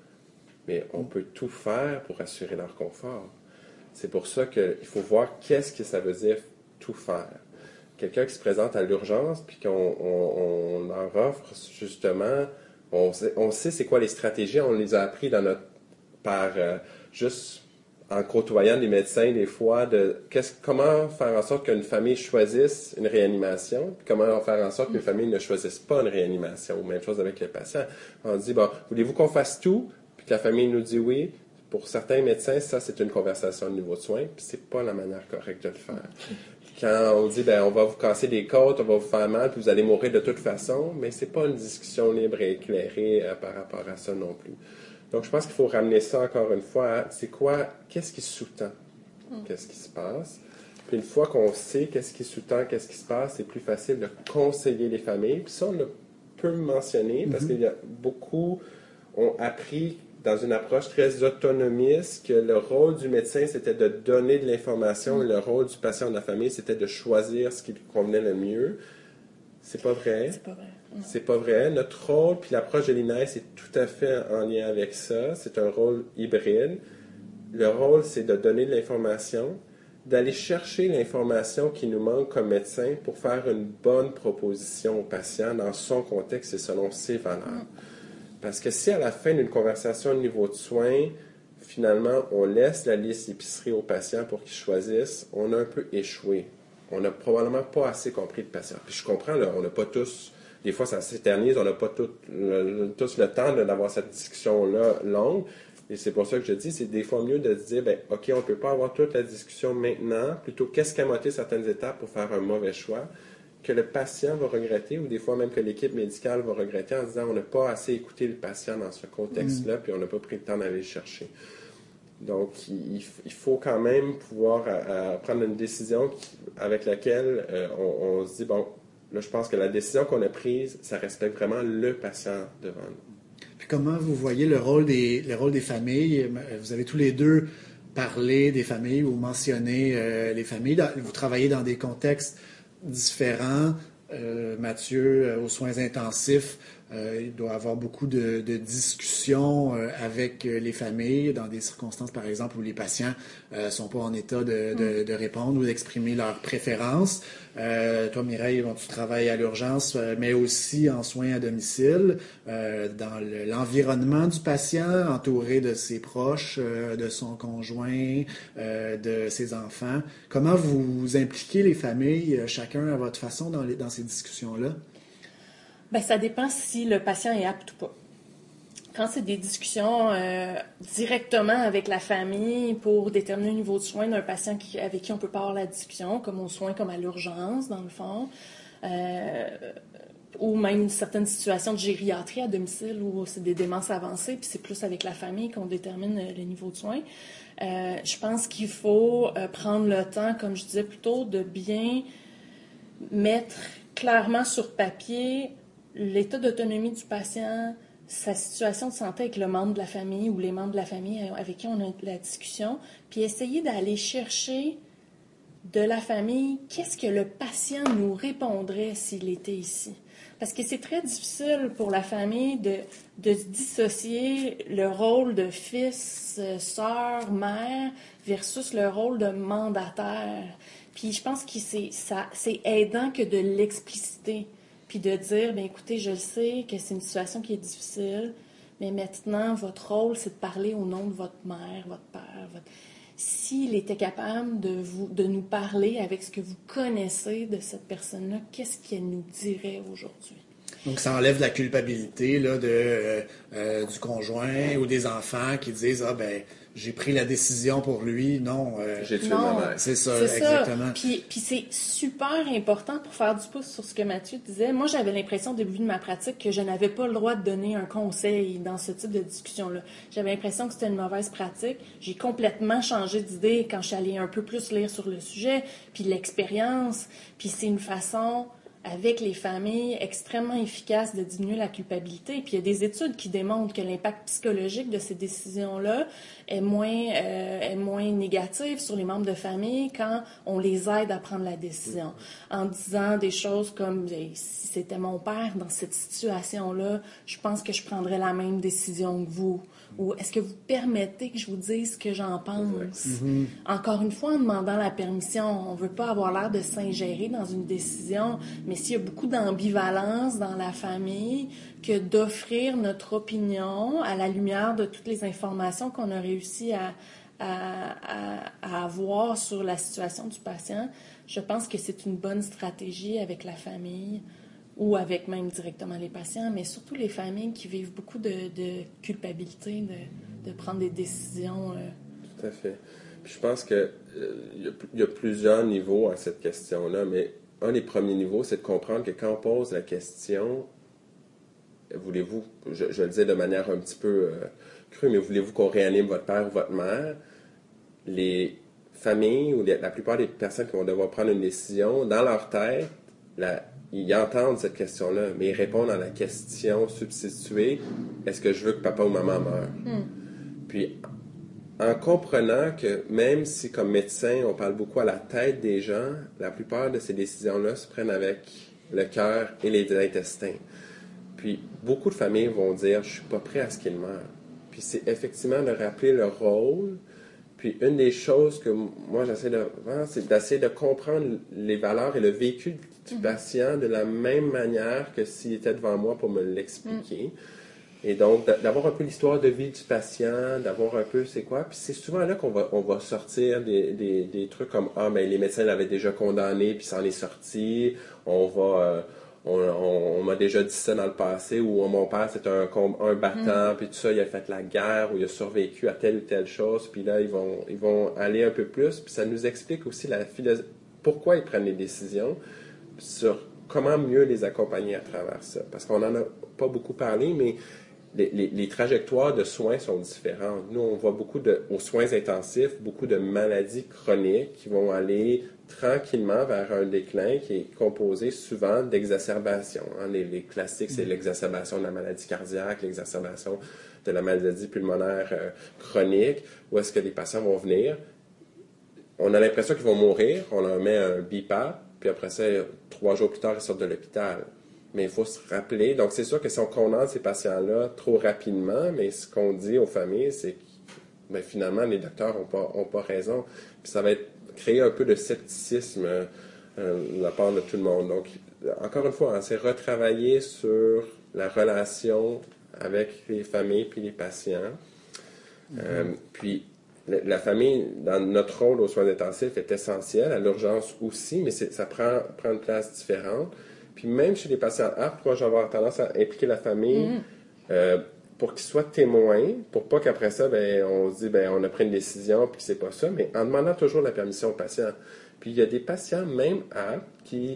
mais on peut tout faire pour assurer leur confort. C'est pour ça qu'il faut voir qu'est-ce que ça veut dire tout faire. Quelqu'un qui se présente à l'urgence, puis qu'on on, on leur offre justement, on sait, on sait c'est quoi les stratégies, on les a appris dans notre, par euh, juste en côtoyant des médecins des fois, de qu'est-ce, comment faire en sorte qu'une famille choisisse une réanimation, puis comment faire en sorte qu'une famille ne choisisse pas une réanimation, ou même chose avec les patients. On dit, bon, voulez-vous qu'on fasse tout, puis que la famille nous dit oui. Pour certains médecins, ça, c'est une conversation de niveau de soins, puis c'est pas la manière correcte de le faire. Quand on dit, ben, on va vous casser des côtes, on va vous faire mal, puis vous allez mourir de toute façon, mais c'est pas une discussion libre et éclairée euh, par rapport à ça non plus. Donc, je pense qu'il faut ramener ça encore une fois à, c'est quoi, qu'est-ce qui sous-tend? Qu'est-ce qui se passe? Puis une fois qu'on sait qu'est-ce qui sous-tend, qu'est-ce qui se passe, c'est plus facile de conseiller les familles. Puis ça, on le peut mentionner, parce mm-hmm. qu'il y a beaucoup ont appris dans une approche très autonomiste, que le rôle du médecin, c'était de donner de l'information, mmh. et le rôle du patient de la famille, c'était de choisir ce qui lui convenait le mieux. C'est pas vrai. C'est pas vrai. Mmh. C'est pas vrai. Notre rôle, puis l'approche de l'I N E S est tout à fait en lien avec ça. C'est un rôle hybride. Le rôle, c'est de donner de l'information, d'aller chercher l'information qui nous manque comme médecin pour faire une bonne proposition au patient dans son contexte et selon ses valeurs. Mmh. Parce que si à la fin d'une conversation de niveau de soins, finalement, on laisse la liste d'épicerie aux patients pour qu'ils choisissent, on a un peu échoué. On n'a probablement pas assez compris le patient. Puis je comprends, là, on n'a pas tous, des fois ça s'éternise, on n'a pas tout, le, tous le temps là, d'avoir cette discussion-là longue. Et c'est pour ça que je dis, c'est des fois mieux de se dire, ben, OK, on ne peut pas avoir toute la discussion maintenant, plutôt qu'escamoter certaines étapes pour faire un mauvais choix, que le patient va regretter, ou des fois même que l'équipe médicale va regretter en disant on n'a pas assez écouté le patient dans ce contexte-là, mmh. puis on n'a pas pris le temps d'aller le chercher. Donc, il, il faut quand même pouvoir à, à prendre une décision qui, avec laquelle euh, on, on se dit, bon, là, je pense que la décision qu'on a prise, ça respecte vraiment le patient devant nous. Puis comment vous voyez le rôle des, le rôle des familles? Vous avez tous les deux parlé des familles ou mentionné euh, les familles. Vous travaillez dans des contextes différents. Euh, Mathieu, euh, aux soins intensifs, Euh, il doit y avoir beaucoup de, de discussions euh, avec les familles dans des circonstances, par exemple, où les patients euh, sont pas en état de, de, de répondre ou d'exprimer leurs préférences. Euh, toi, Mireille, bon, tu travailles à l'urgence, euh, mais aussi en soins à domicile, euh, dans le, l'environnement du patient, entouré de ses proches, euh, de son conjoint, euh, de ses enfants. Comment vous impliquez les familles, euh, chacun à votre façon, dans, les, dans ces discussions-là? Bien, ça dépend si le patient est apte ou pas. Quand c'est des discussions euh, directement avec la famille pour déterminer le niveau de soins d'un patient qui, avec qui on peut pas avoir la discussion, comme aux soins, comme à l'urgence, dans le fond, euh, ou même certaines situations de gériatrie à domicile où c'est des démences avancées, puis c'est plus avec la famille qu'on détermine le niveau de soins. Euh, je pense qu'il faut euh, prendre le temps, comme je disais plus tôt, de bien mettre clairement sur papier l'état d'autonomie du patient, sa situation de santé avec le membre de la famille ou les membres de la famille avec qui on a la discussion, puis essayer d'aller chercher de la famille qu'est-ce que le patient nous répondrait s'il était ici. Parce que c'est très difficile pour la famille de, de se dissocier le rôle de fils, sœur, mère versus le rôle de mandataire. Puis je pense que c'est, ça, c'est aidant que de l'expliciter. Puis de dire, bien écoutez, je le sais que c'est une situation qui est difficile, mais maintenant, votre rôle, c'est de parler au nom de votre mère, votre père. Votre... S'il était capable de, vous, de nous parler avec ce que vous connaissez de cette personne-là, qu'est-ce qu'elle nous dirait aujourd'hui? Donc, ça enlève la culpabilité là, de, euh, euh, du conjoint ou des enfants qui disent « Ah, ben j'ai pris la décision pour lui. » Non. Euh, j'ai tué non, ma mère. C'est ça, c'est exactement. Ça. Puis, puis c'est super important pour faire du pouce sur ce que Mathieu disait. Moi, j'avais l'impression au début de ma pratique que je n'avais pas le droit de donner un conseil dans ce type de discussion-là. J'avais l'impression que c'était une mauvaise pratique. J'ai complètement changé d'idée quand je suis allée un peu plus lire sur le sujet, puis l'expérience. Puis c'est une façon... avec les familles, extrêmement efficace de diminuer la culpabilité. Puis il y a des études qui démontrent que l'impact psychologique de ces décisions-là est moins, euh, est moins négatif sur les membres de famille quand on les aide à prendre la décision. En disant des choses comme « si c'était mon père dans cette situation-là, je pense que je prendrais la même décision que vous ». Ou est-ce que vous permettez que je vous dise ce que j'en pense? Mm-hmm. Encore une fois, en demandant la permission, on ne veut pas avoir l'air de s'ingérer dans une décision, mais s'il y a beaucoup d'ambivalence dans la famille, que d'offrir notre opinion à la lumière de toutes les informations qu'on a réussi à, à, à, à avoir sur la situation du patient, je pense que c'est une bonne stratégie avec la famille ou avec même directement les patients, mais surtout les familles qui vivent beaucoup de, de culpabilité, de, de prendre des décisions. Euh... Tout à fait. Puis je pense qu'il euh, y, y a plusieurs niveaux à cette question-là, mais un des premiers niveaux, c'est de comprendre que quand on pose la question, voulez-vous, je, je le disais de manière un petit peu euh, crue, mais voulez-vous qu'on réanime votre père ou votre mère? Les familles ou les, la plupart des personnes qui vont devoir prendre une décision, dans leur tête, la ils entendent cette question-là, mais ils répondent à la question substituée « Est-ce que je veux que papa ou maman meure? Mm. » Puis, en comprenant que même si, comme médecin, on parle beaucoup à la tête des gens, la plupart de ces décisions-là se prennent avec le cœur et les intestins. Puis, beaucoup de familles vont dire « Je ne suis pas prêt à ce qu'il meure. » Puis, c'est effectivement de rappeler le rôle. Puis, une des choses que moi, j'essaie de faire, c'est d'essayer de comprendre les valeurs et le vécu du mm-hmm. patient de la même manière que s'il était devant moi pour me l'expliquer. Mm. Et donc, d'avoir un peu l'histoire de vie du patient, d'avoir un peu c'est quoi. Puis, c'est souvent là qu'on va, on va sortir des, des, des trucs comme « Ah, mais les médecins l'avaient déjà condamné, puis ça en est sorti. On va... Euh, On, on, on m'a déjà dit ça dans le passé, où mon père, c'était un, un battant, mm. puis tout ça, il a fait la guerre, ou il a survécu à telle ou telle chose, puis là, ils vont, ils vont aller un peu plus, puis ça nous explique aussi la philosophie, pourquoi ils prennent les décisions, sur comment mieux les accompagner à travers ça. Parce qu'on n'en a pas beaucoup parlé, mais les, les, les trajectoires de soins sont différentes. Nous, on voit beaucoup de, aux soins intensifs, beaucoup de maladies chroniques qui vont aller tranquillement vers un déclin qui est composé souvent d'exacerbations. Hein. Les, les classiques, c'est l'exacerbation de la maladie cardiaque, l'exacerbation de la maladie pulmonaire euh, chronique, où est-ce que les patients vont venir. On a l'impression qu'ils vont mourir, on leur met un B I P A P, puis après ça, trois jours plus tard, ils sortent de l'hôpital. Mais il faut se rappeler, donc c'est sûr que si on condamne ces patients-là trop rapidement, mais ce qu'on dit aux familles, c'est que ben, finalement, les docteurs n'ont pas, ont pas raison. Puis ça va être, créer un peu de scepticisme euh, de la part de tout le monde. Donc, encore une fois, hein, c'est retravailler sur la relation avec les familles puis les patients. Mm-hmm. Euh, puis, la famille, dans notre rôle aux soins intensifs, est essentielle, à l'urgence aussi, mais c'est, ça prend, prend une place différente. Puis même chez les patients A P, moi, je vais avoir tendance à impliquer la famille mm. euh, pour qu'ils soient témoins, pour pas qu'après ça, ben, on se dit, ben, on a pris une décision, puis c'est pas ça, mais en demandant toujours la permission au patient. Puis il y a des patients, même A P, qui,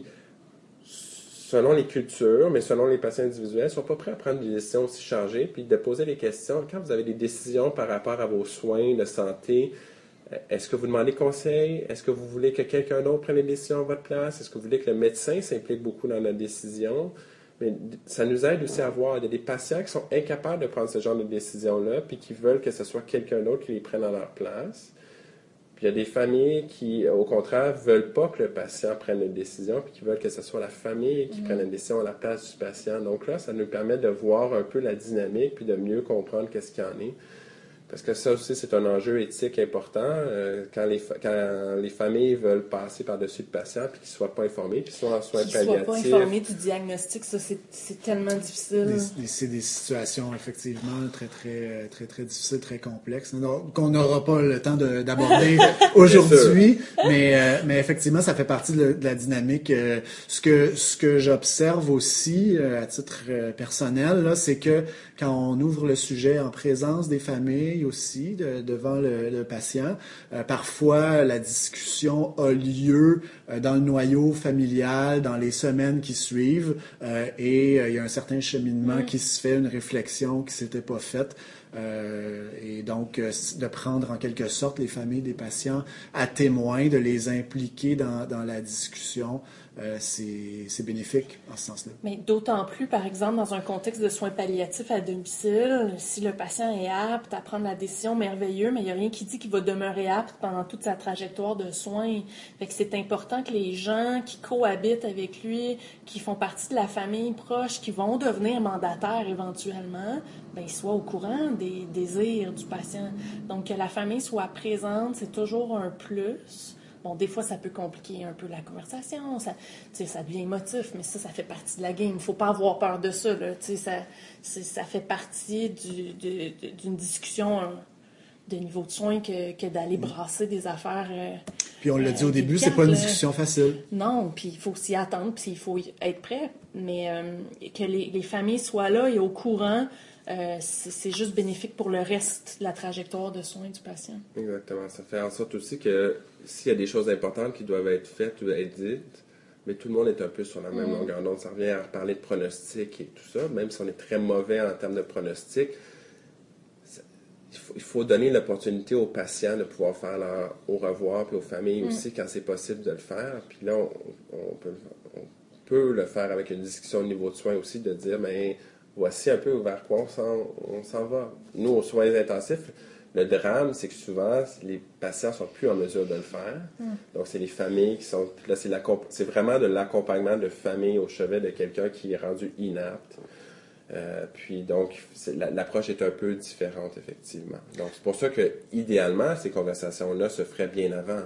selon les cultures, mais selon les patients individuels, ne sont pas prêts à prendre des décisions aussi chargées, puis de poser des questions. Quand vous avez des décisions par rapport à vos soins de santé, est-ce que vous demandez conseil? Est-ce que vous voulez que quelqu'un d'autre prenne les décisions à votre place? Est-ce que vous voulez que le médecin s'implique beaucoup dans la décision? Mais ça nous aide aussi à voir, il y a des patients qui sont incapables de prendre ce genre de décision-là, puis qui veulent que ce soit quelqu'un d'autre qui les prenne à leur place. Puis il y a des familles qui, au contraire, ne veulent pas que le patient prenne une décision, puis qui veulent que ce soit la famille qui mmh. prenne une décision à la place du patient. Donc là, ça nous permet de voir un peu la dynamique, puis de mieux comprendre qu'est-ce qu'il y en est. Parce que ça aussi, c'est un enjeu éthique important. Euh, quand, les fa- quand les familles veulent passer par-dessus le patient puis qu'ils ne soient pas informés, puis qu'ils soient en soins qu'ils palliatifs. Qu'ils ne soient pas informés du diagnostic, ça, c'est, c'est tellement difficile. Des, c'est des situations, effectivement, très, très, très, très difficiles, très complexes, qu'on n'aura pas le temps de, d'aborder aujourd'hui. mais, euh, mais effectivement, ça fait partie de, de la dynamique. Euh, ce que, ce que j'observe aussi, euh, à titre euh, personnel, là, c'est que quand on ouvre le sujet en présence des familles aussi, de, devant le, le patient, euh, parfois la discussion a lieu euh, dans le noyau familial, dans les semaines qui suivent, euh, et euh, il y a un certain cheminement mmh. qui se fait, une réflexion qui s'était pas faite. Euh, et donc, euh, de prendre en quelque sorte les familles des patients à témoin, de les impliquer dans, dans la discussion, euh, c'est, c'est bénéfique en ce sens-là. Mais d'autant plus, par exemple, dans un contexte de soins palliatifs à domicile, si le patient est apte à prendre la décision, merveilleux, mais il n'y a rien qui dit qu'il va demeurer apte pendant toute sa trajectoire de soins. Fait que c'est important que les gens qui cohabitent avec lui, qui font partie de la famille proche, qui vont devenir mandataires éventuellement, ben, ils soient au courant des désirs du patient. Donc, que la famille soit présente, c'est toujours un plus. Bon, des fois, ça peut compliquer un peu la conversation, ça, ça devient émotif, mais ça, ça fait partie de la game. Il ne faut pas avoir peur de ça. Là. Ça, c'est, ça fait partie du, de, de, d'une discussion de niveau de soins que, que d'aller brasser des affaires. Euh, puis on l'a dit au début, c'est pas une discussion facile. Non, puis il faut s'y attendre, puis il faut être prêt. Mais euh, que les, les familles soient là et au courant, Euh, c'est, c'est juste bénéfique pour le reste de la trajectoire de soins du patient. Exactement. Ça fait en sorte aussi que s'il y a des choses importantes qui doivent être faites ou être dites, mais tout le monde est un peu sur la même mmh. longueur d'onde. Ça revient à reparler de pronostic et tout ça. Même si on est très mauvais en termes de pronostic, ça, il, faut, il faut donner l'opportunité aux patients de pouvoir faire leur au revoir, puis aux familles mmh. aussi, quand c'est possible de le faire. Puis là, on, on, peut, on peut le faire avec une discussion au niveau de soins aussi, de dire, bien, voici un peu vers quoi on s'en, on s'en va. Nous, aux soins intensifs, le drame, c'est que souvent, les patients ne sont plus en mesure de le faire. Mm. Donc, c'est les familles qui sont... Là, c'est, c'est vraiment de l'accompagnement de famille au chevet de quelqu'un qui est rendu inapte. Euh, puis, donc, c'est, la, l'approche est un peu différente, effectivement. Donc, c'est pour ça que, idéalement, ces conversations-là se feraient bien avant.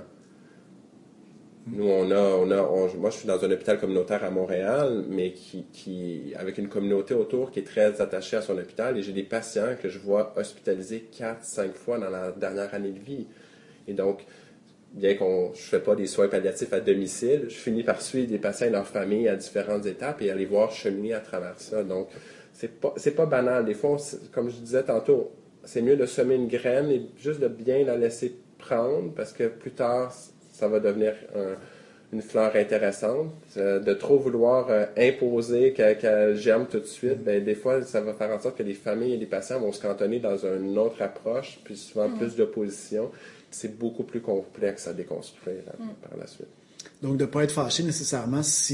Nous, on a, on a on, moi, je suis dans un hôpital communautaire à Montréal, mais qui, qui, avec une communauté autour qui est très attachée à son hôpital, et j'ai des patients que je vois hospitalisés quatre, cinq fois dans la dernière année de vie. Et donc, bien qu'on, je fais pas des soins palliatifs à domicile, je finis par suivre des patients et leurs familles à différentes étapes et aller voir cheminer à travers ça. Donc, c'est pas, c'est pas banal. Des fois, comme je disais tantôt, c'est mieux de semer une graine et juste de bien la laisser prendre, parce que plus tard, ça va devenir un, une fleur intéressante. Euh, de trop vouloir euh, imposer qu'elle, qu'elle germe tout de suite, ben, des fois, ça va faire en sorte que les familles et les patients vont se cantonner dans une autre approche, puis souvent mmh. plus d'opposition. C'est beaucoup plus complexe à déconstruire là, mmh. par la suite. Donc, de ne pas être fâché nécessairement si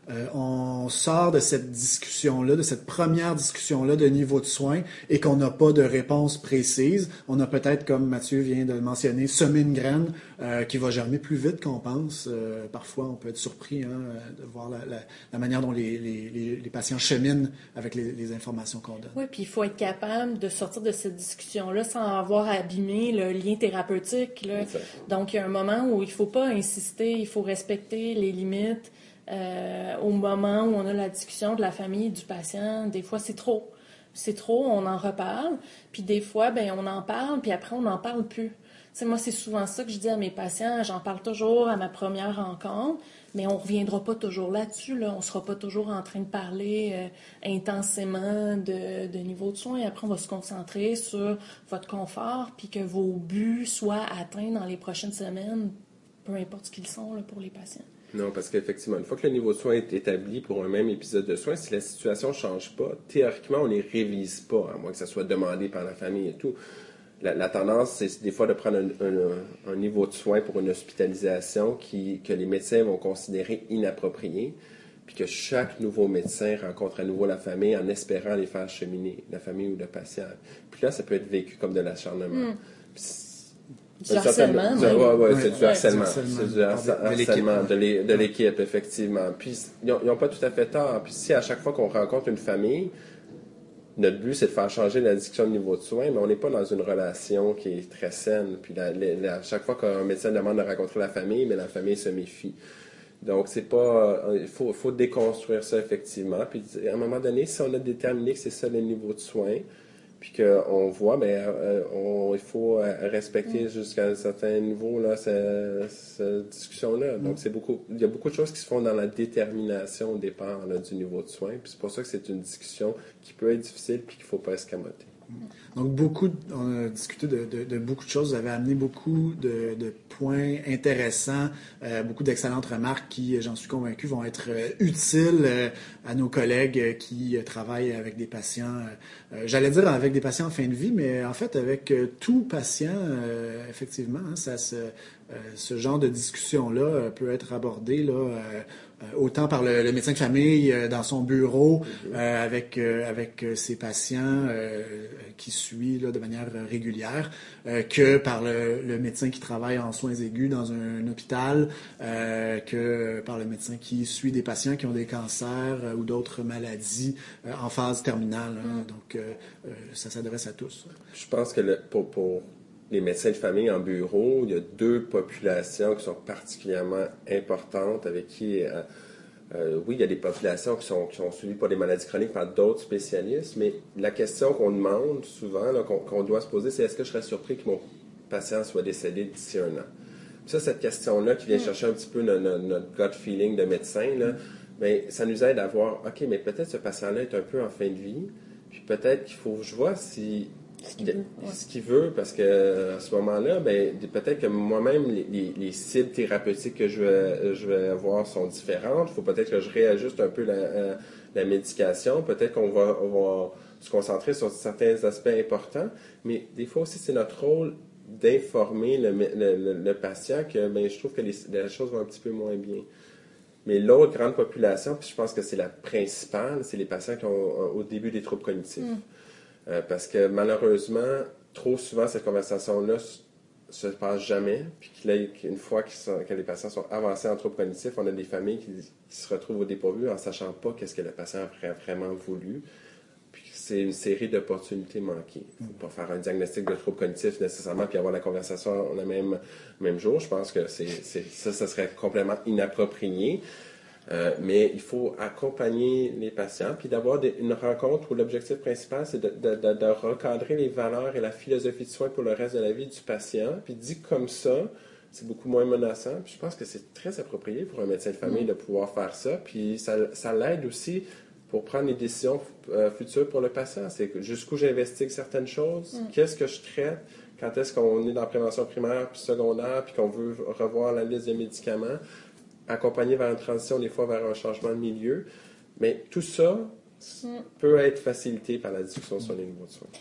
euh, on sort de cette discussion-là, de cette première discussion-là de niveau de soins et qu'on n'a pas de réponse précise, on a peut-être, comme Mathieu vient de le mentionner, semé une graine euh, qui va germer plus vite qu'on pense. Euh, parfois, on peut être surpris hein, de voir la, la, la manière dont les, les, les, les patients cheminent avec les, les informations qu'on donne. Oui, puis il faut être capable de sortir de cette discussion-là sans avoir abîmé le lien thérapeutique. Là. Donc, il y a un moment où il ne faut pas insister, il faut respecter les limites. Euh, au moment où on a la discussion de la famille et du patient, des fois, c'est trop. C'est trop, on en reparle. Puis des fois, ben on en parle, puis après, on n'en parle plus. Tu sais, moi, c'est souvent ça que je dis à mes patients. J'en parle toujours à ma première rencontre, mais on ne reviendra pas toujours là-dessus. Là. On ne sera pas toujours en train de parler euh, intensément de, de niveau de soins. Après, on va se concentrer sur votre confort, puis que vos buts soient atteints dans les prochaines semaines, peu importe ce qu'ils sont là, pour les patients. Non, parce qu'effectivement, une fois que le niveau de soin est établi pour un même épisode de soins, si la situation ne change pas, théoriquement, on ne les révise pas, à moins que ça soit demandé par la famille et tout. La, la tendance, c'est des fois de prendre un, un, un niveau de soin pour une hospitalisation qui, que les médecins vont considérer inapproprié, puis que chaque nouveau médecin rencontre à nouveau la famille en espérant les faire cheminer, la famille ou le patient. Puis là, ça peut être vécu comme de l'acharnement. Mm. Du harcèlement, même. Oui, ouais, ouais, c'est du ouais, harcèlement. C'est du harcèlement de, de, de l'équipe, effectivement. Puis, ils n'ont pas tout à fait tort. Puis, si à chaque fois qu'on rencontre une famille, notre but, c'est de faire changer la discussion de niveau de soins, mais on n'est pas dans une relation qui est très saine. Puis, la, la, à chaque fois qu'un médecin demande de rencontrer la famille, mais la famille se méfie. Donc, c'est pas... Il faut, faut déconstruire ça, effectivement. Puis, à un moment donné, si on a déterminé que c'est ça le niveau de soins, puis qu'on voit, bien, euh, on, il faut respecter mm. jusqu'à un certain niveau là, cette, cette discussion-là. Mm. Donc, c'est beaucoup, il y a beaucoup de choses qui se font dans la détermination au départ là, du niveau de soins. Puis c'est pour ça que c'est une discussion qui peut être difficile puis qu'il ne faut pas escamoter. Donc, beaucoup, on a discuté de, de, de beaucoup de choses. Vous avez amené beaucoup de, de points intéressants, euh, beaucoup d'excellentes remarques qui, j'en suis convaincu, vont être euh, utiles euh, à nos collègues euh, qui euh, travaillent avec des patients, euh, j'allais dire avec des patients en fin de vie, mais en fait avec euh, tout patient, euh, effectivement, hein, ça se, euh, ce genre de discussion-là euh, peut être abordé là, euh, autant par le, le médecin de famille euh, dans son bureau euh, avec euh, avec ses patients euh, qui suit là, de manière régulière euh, que par le, le médecin qui travaille en soins aigus dans un, un hôpital euh, que par le médecin qui suit des patients qui ont des cancers euh, ou d'autres maladies euh, en phase terminale. Hein. Donc euh, euh, ça s'adresse à tous. Je pense que le, pour, pour les médecins de famille en bureau, il y a deux populations qui sont particulièrement importantes avec qui, euh, euh, oui, il y a des populations qui sont, qui sont suivies pour des maladies chroniques par d'autres spécialistes, mais la question qu'on demande souvent, là, qu'on, qu'on doit se poser, c'est est-ce que je serais surpris que mon patient soit décédé d'ici un an? Puis ça, cette question-là qui vient mm. chercher un petit peu notre, notre gut feeling de médecin, là, bien, ça nous aide à voir, OK, mais peut-être ce patient-là est un peu en fin de vie, puis peut-être qu'il faut que je vois si... Ce qu'il veut, ouais. Ce qu'il veut, parce que à ce moment-là, ben, peut-être que moi-même, les, les, les cibles thérapeutiques que je vais, je vais avoir sont différentes. Il faut peut-être que je réajuste un peu la, la médication. Peut-être qu'on va, on va se concentrer sur certains aspects importants. Mais des fois aussi, c'est notre rôle d'informer le, le, le, le patient que ben, je trouve que les, les choses vont un petit peu moins bien. Mais l'autre grande population, puis je pense que c'est la principale, c'est les patients qui ont au début des troubles cognitifs. Mm. Euh, parce que malheureusement, trop souvent, cette conversation-là se passe jamais. Puis qu'une fois sont, que les patients sont avancés en troubles cognitifs, on a des familles qui, qui se retrouvent au dépourvu en ne sachant pas qu'est-ce que le patient a vraiment voulu. Puis c'est une série d'opportunités manquées. Il ne faut pas faire un diagnostic de troubles cognitifs nécessairement puis avoir la conversation le même, même jour. Je pense que c'est, c'est, ça, ça serait complètement inapproprié. Euh, mais il faut accompagner les patients, puis d'avoir des, une rencontre où l'objectif principal, c'est de, de, de, de recadrer les valeurs et la philosophie de soins pour le reste de la vie du patient. Puis dit comme ça, c'est beaucoup moins menaçant. Puis je pense que c'est très approprié pour un médecin de famille mmh. de pouvoir faire ça. Puis ça, ça l'aide aussi pour prendre les décisions euh, futures pour le patient. C'est que jusqu'où j'investigue certaines choses, mmh. qu'est-ce que je traite, quand est-ce qu'on est dans la prévention primaire puis secondaire, puis qu'on veut revoir la liste de médicaments, accompagner vers une transition, des fois vers un changement de milieu. Mais tout ça mm. peut être facilité par la discussion sur les niveaux de soins.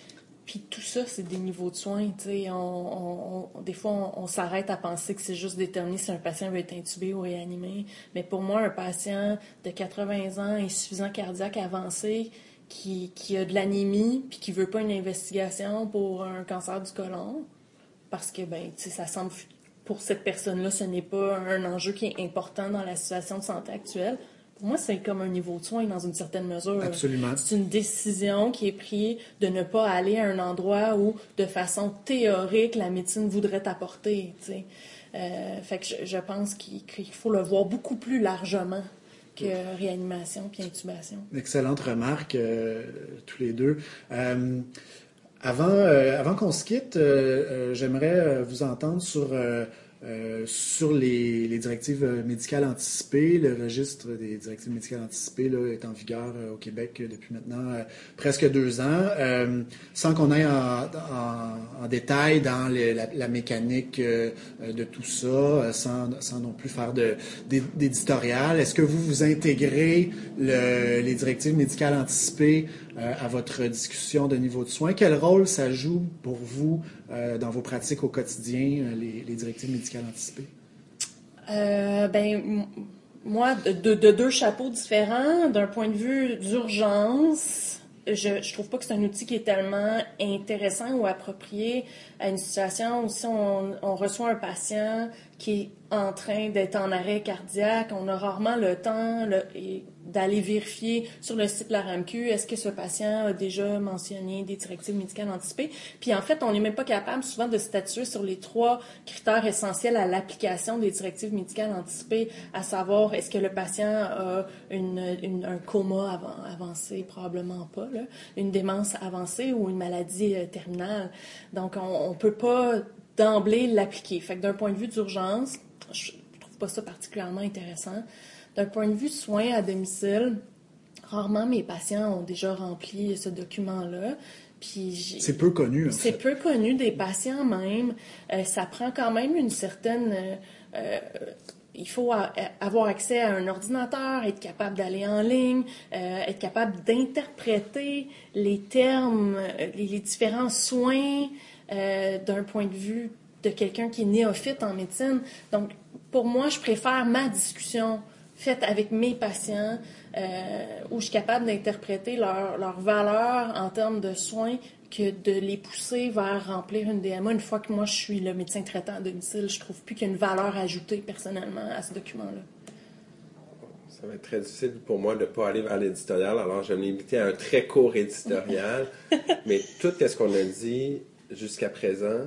Puis tout ça, c'est des niveaux de soins. On, on, on, des fois, on, on s'arrête à penser que c'est juste déterminer si un patient veut être intubé ou réanimé. Mais pour moi, un patient de quatre-vingts ans, insuffisant cardiaque avancé, qui, qui a de l'anémie puis qui veut pas une investigation pour un cancer du côlon, parce que ben, ça semble, pour cette personne-là, ce n'est pas un enjeu qui est important dans la situation de santé actuelle. Pour moi, c'est comme un niveau de soin dans une certaine mesure. Absolument. C'est une décision qui est prise de ne pas aller à un endroit où, de façon théorique, la médecine voudrait t'apporter. Tu sais. Euh, fait que je, je pense qu'il, qu'il faut le voir beaucoup plus largement que réanimation puis intubation. Excellente remarque, euh, tous les deux. Euh, avant, euh, avant qu'on se quitte, euh, euh, j'aimerais vous entendre sur... Euh, Euh, sur les, les directives médicales anticipées. Le registre des directives médicales anticipées là, est en vigueur euh, au Québec depuis maintenant euh, presque deux ans. Euh, sans qu'on aille en, en, en détail dans les, la, la mécanique euh, de tout ça, euh, sans, sans non plus faire de, d'éditorial, est-ce que vous vous intégrez le, les directives médicales anticipées euh, à votre discussion de niveau de soins? Quel rôle ça joue pour vous euh, dans vos pratiques au quotidien, les, les directives médicales anticipées? Euh, ben, m- moi, de, de, de deux chapeaux différents, d'un point de vue d'urgence, je, je trouve pas que c'est un outil qui est tellement intéressant ou approprié à une situation où si on, on reçoit un patient qui est en train d'être en arrêt cardiaque, on a rarement le temps le, et, d'aller vérifier sur le site de la R A M Q, est-ce que ce patient a déjà mentionné des directives médicales anticipées. Puis en fait, on n'est même pas capable souvent de statuer sur les trois critères essentiels à l'application des directives médicales anticipées, à savoir est-ce que le patient a une, une, un coma avant, avancé, probablement pas, là, une démence avancée ou une maladie euh, terminale. Donc on ne peut pas d'emblée l'appliquer. Fait que d'un point de vue d'urgence, je trouve pas ça particulièrement intéressant. D'un point de vue soins à domicile, rarement mes patients ont déjà rempli ce document-là. Puis j'ai... C'est peu connu, en C'est fait. peu connu des patients même. Euh, ça prend quand même une certaine... Euh, euh, il faut a- avoir accès à un ordinateur, être capable d'aller en ligne, euh, être capable d'interpréter les termes, euh, les, les différents soins euh, d'un point de vue de quelqu'un qui est néophyte en médecine. Donc, pour moi, je préfère ma discussion faite avec mes patients, euh, où je suis capable d'interpréter leur, leur valeur en termes de soins, que de les pousser vers remplir une D M A. Une fois que moi, je suis le médecin traitant à domicile, je trouve plus qu'il y a une valeur ajoutée personnellement à ce document-là. Ça va être très difficile pour moi de ne pas aller vers l'éditorial, alors je vais me limiter à un très court éditorial. Mais tout ce qu'on a dit jusqu'à présent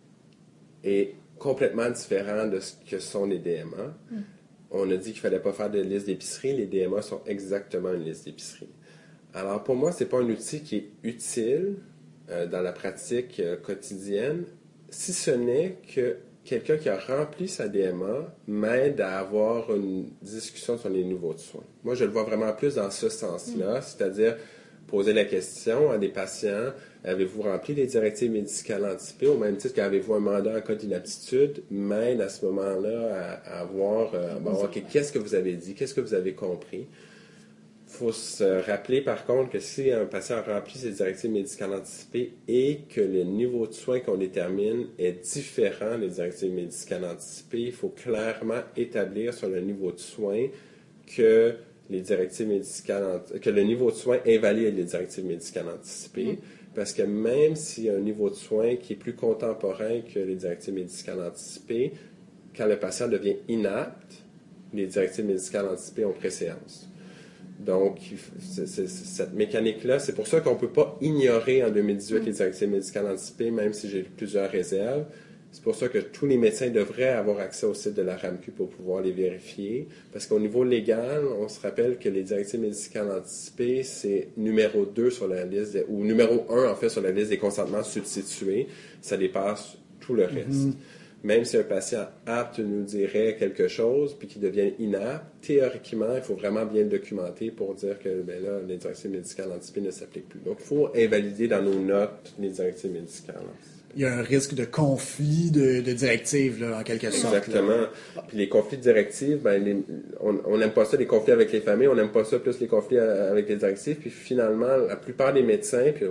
est complètement différent de ce que sont les D M A. Mm. On a dit qu'il ne fallait pas faire de liste d'épicerie. Les D M A sont exactement une liste d'épicerie. Alors, pour moi, ce n'est pas un outil qui est utile euh, dans la pratique euh, quotidienne, si ce n'est que quelqu'un qui a rempli sa D M A m'aide à avoir une discussion sur les niveaux de soins. Moi, je le vois vraiment plus dans ce sens-là, mm. c'est-à-dire poser la question à des patients, avez-vous rempli les directives médicales anticipées, au même titre qu'avez-vous un mandat en cas d'inaptitude, m'aide à ce moment-là à, à voir, euh, bon, OK, qu'est-ce que vous avez dit, qu'est-ce que vous avez compris. Il faut se rappeler, par contre, que si un patient a rempli ses directives médicales anticipées et que le niveau de soins qu'on détermine est différent des directives médicales anticipées, il faut clairement établir sur le niveau de soins que les directives médicales, que le niveau de soins invalide les directives médicales anticipées. Mm. Parce que même s'il y a un niveau de soins qui est plus contemporain que les directives médicales anticipées, quand le patient devient inapte, les directives médicales anticipées ont préséance. Donc, c'est, c'est, cette mécanique-là, c'est pour ça qu'on ne peut pas ignorer en deux mille dix-huit mm. les directives médicales anticipées, même si j'ai plusieurs réserves. C'est pour ça que tous les médecins devraient avoir accès au site de la R A M Q pour pouvoir les vérifier. Parce qu'au niveau légal, on se rappelle que les directives médicales anticipées, c'est numéro deux sur la liste, de, ou numéro un en fait sur la liste des consentements substitués. Ça dépasse tout le reste. Mm-hmm. Même si un patient apte nous dirait quelque chose puis qu'il devient inapte, théoriquement, il faut vraiment bien le documenter pour dire que ben là, les directives médicales anticipées ne s'appliquent plus. Donc, il faut invalider dans nos notes les directives médicales anticipées. Il y a un risque de conflit de, de directives, là, en quelque sorte. Exactement. Là. Puis les conflits de directives, ben, les, on n'aime pas ça, les conflits avec les familles, on n'aime pas ça plus les conflits avec les directives. Puis finalement, la plupart des médecins, puis il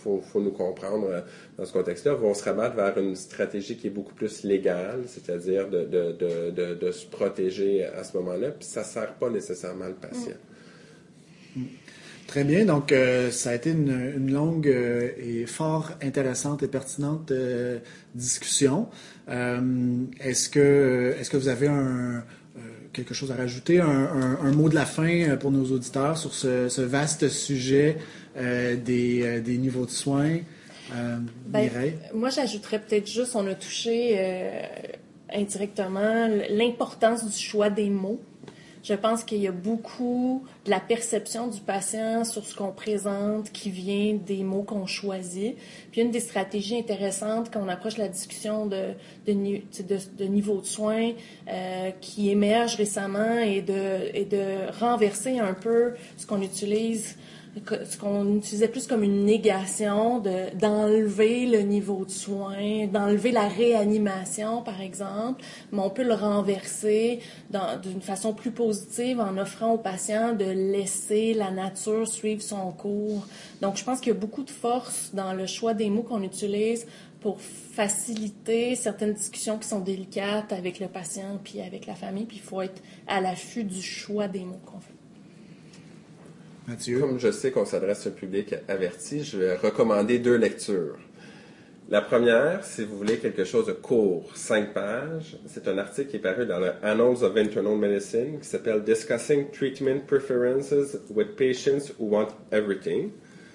faut, faut nous comprendre euh, dans ce contexte-là, vont se rabattre vers une stratégie qui est beaucoup plus légale, c'est-à-dire de, de, de, de, de se protéger à ce moment-là, puis ça ne sert pas nécessairement le patient. Mm. Très bien. Donc, euh, ça a été une, une longue euh, et fort intéressante et pertinente euh, discussion. Euh, est-ce que, est-ce que vous avez un, euh, quelque chose à rajouter, un, un, un mot de la fin pour nos auditeurs sur ce, ce vaste sujet euh, des, euh, des niveaux de soins? Euh, ben, Mireille? Moi, j'ajouterais peut-être juste, on a touché euh, indirectement l'importance du choix des mots. Je pense qu'il y a beaucoup de la perception du patient sur ce qu'on présente qui vient des mots qu'on choisit. Puis une des stratégies intéressantes quand on approche la discussion de, de, de, de niveau de soins euh, qui émerge récemment et de, et de renverser un peu ce qu'on utilise, ce qu'on utilisait plus comme une négation, de, d'enlever le niveau de soins, d'enlever la réanimation, par exemple, mais on peut le renverser dans, d'une façon plus positive en offrant au patient de laisser la nature suivre son cours. Donc, je pense qu'il y a beaucoup de force dans le choix des mots qu'on utilise pour faciliter certaines discussions qui sont délicates avec le patient puis avec la famille, puis il faut être à l'affût du choix des mots qu'on fait. Mathieu? Comme je sais qu'on s'adresse à un public averti, je vais recommander deux lectures. La première, si vous voulez quelque chose de court, cinq pages, c'est un article qui est paru dans le Annals of Internal Medicine qui s'appelle « Discussing Treatment Preferences with Patients Who Want Everything ».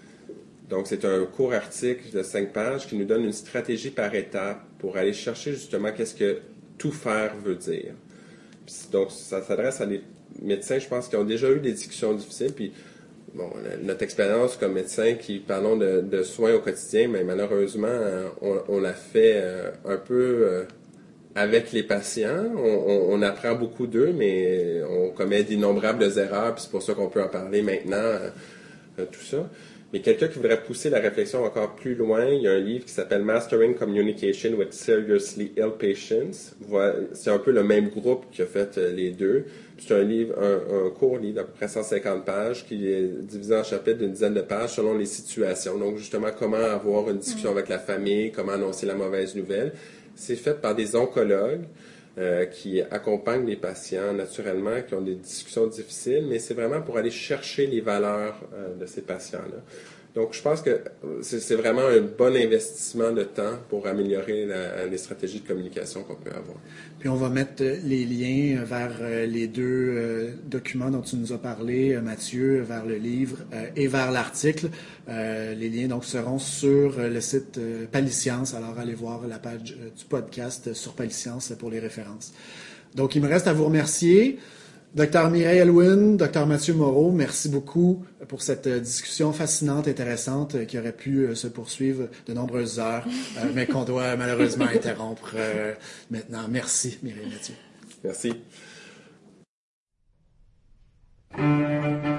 Donc, c'est un court article de cinq pages qui nous donne une stratégie par étapes pour aller chercher justement qu'est-ce que tout faire veut dire. Donc, ça s'adresse à des médecins, je pense, qui ont déjà eu des discussions difficiles, puis bon, notre expérience comme médecin qui parlons de, de soins au quotidien, mais malheureusement, on, on l'a fait un peu avec les patients. On, on, on apprend beaucoup d'eux, mais on commet d'innombrables erreurs, puis c'est pour ça qu'on peut en parler maintenant, tout ça. Mais quelqu'un qui voudrait pousser la réflexion encore plus loin, il y a un livre qui s'appelle Mastering Communication with Seriously Ill Patients. C'est un peu le même groupe qui a fait les deux. C'est un livre, un, un court livre d'à peu près cent cinquante pages qui est divisé en chapitres d'une dizaine de pages selon les situations. Donc, justement, comment avoir une discussion avec la famille, comment annoncer la mauvaise nouvelle. C'est fait par des oncologues euh, qui accompagnent les patients naturellement, qui ont des discussions difficiles, mais c'est vraiment pour aller chercher les valeurs euh, de ces patients-là. Donc, je pense que c'est, c'est vraiment un bon investissement de temps pour améliorer la, les stratégies de communication qu'on peut avoir. Puis on va mettre les liens vers les deux euh, documents dont tu nous as parlé, Mathieu, vers le livre euh, et vers l'article. Euh, les liens donc seront sur le site euh, Paliscience. Alors, allez voir la page euh, du podcast sur Paliscience pour les références. Donc, il me reste à vous remercier. Docteur Mireille Alouine, Docteur Mathieu Moreau, merci beaucoup pour cette discussion fascinante, intéressante, qui aurait pu se poursuivre de nombreuses heures, euh, mais qu'on doit malheureusement interrompre euh, maintenant. Merci, Mireille Mathieu. Merci.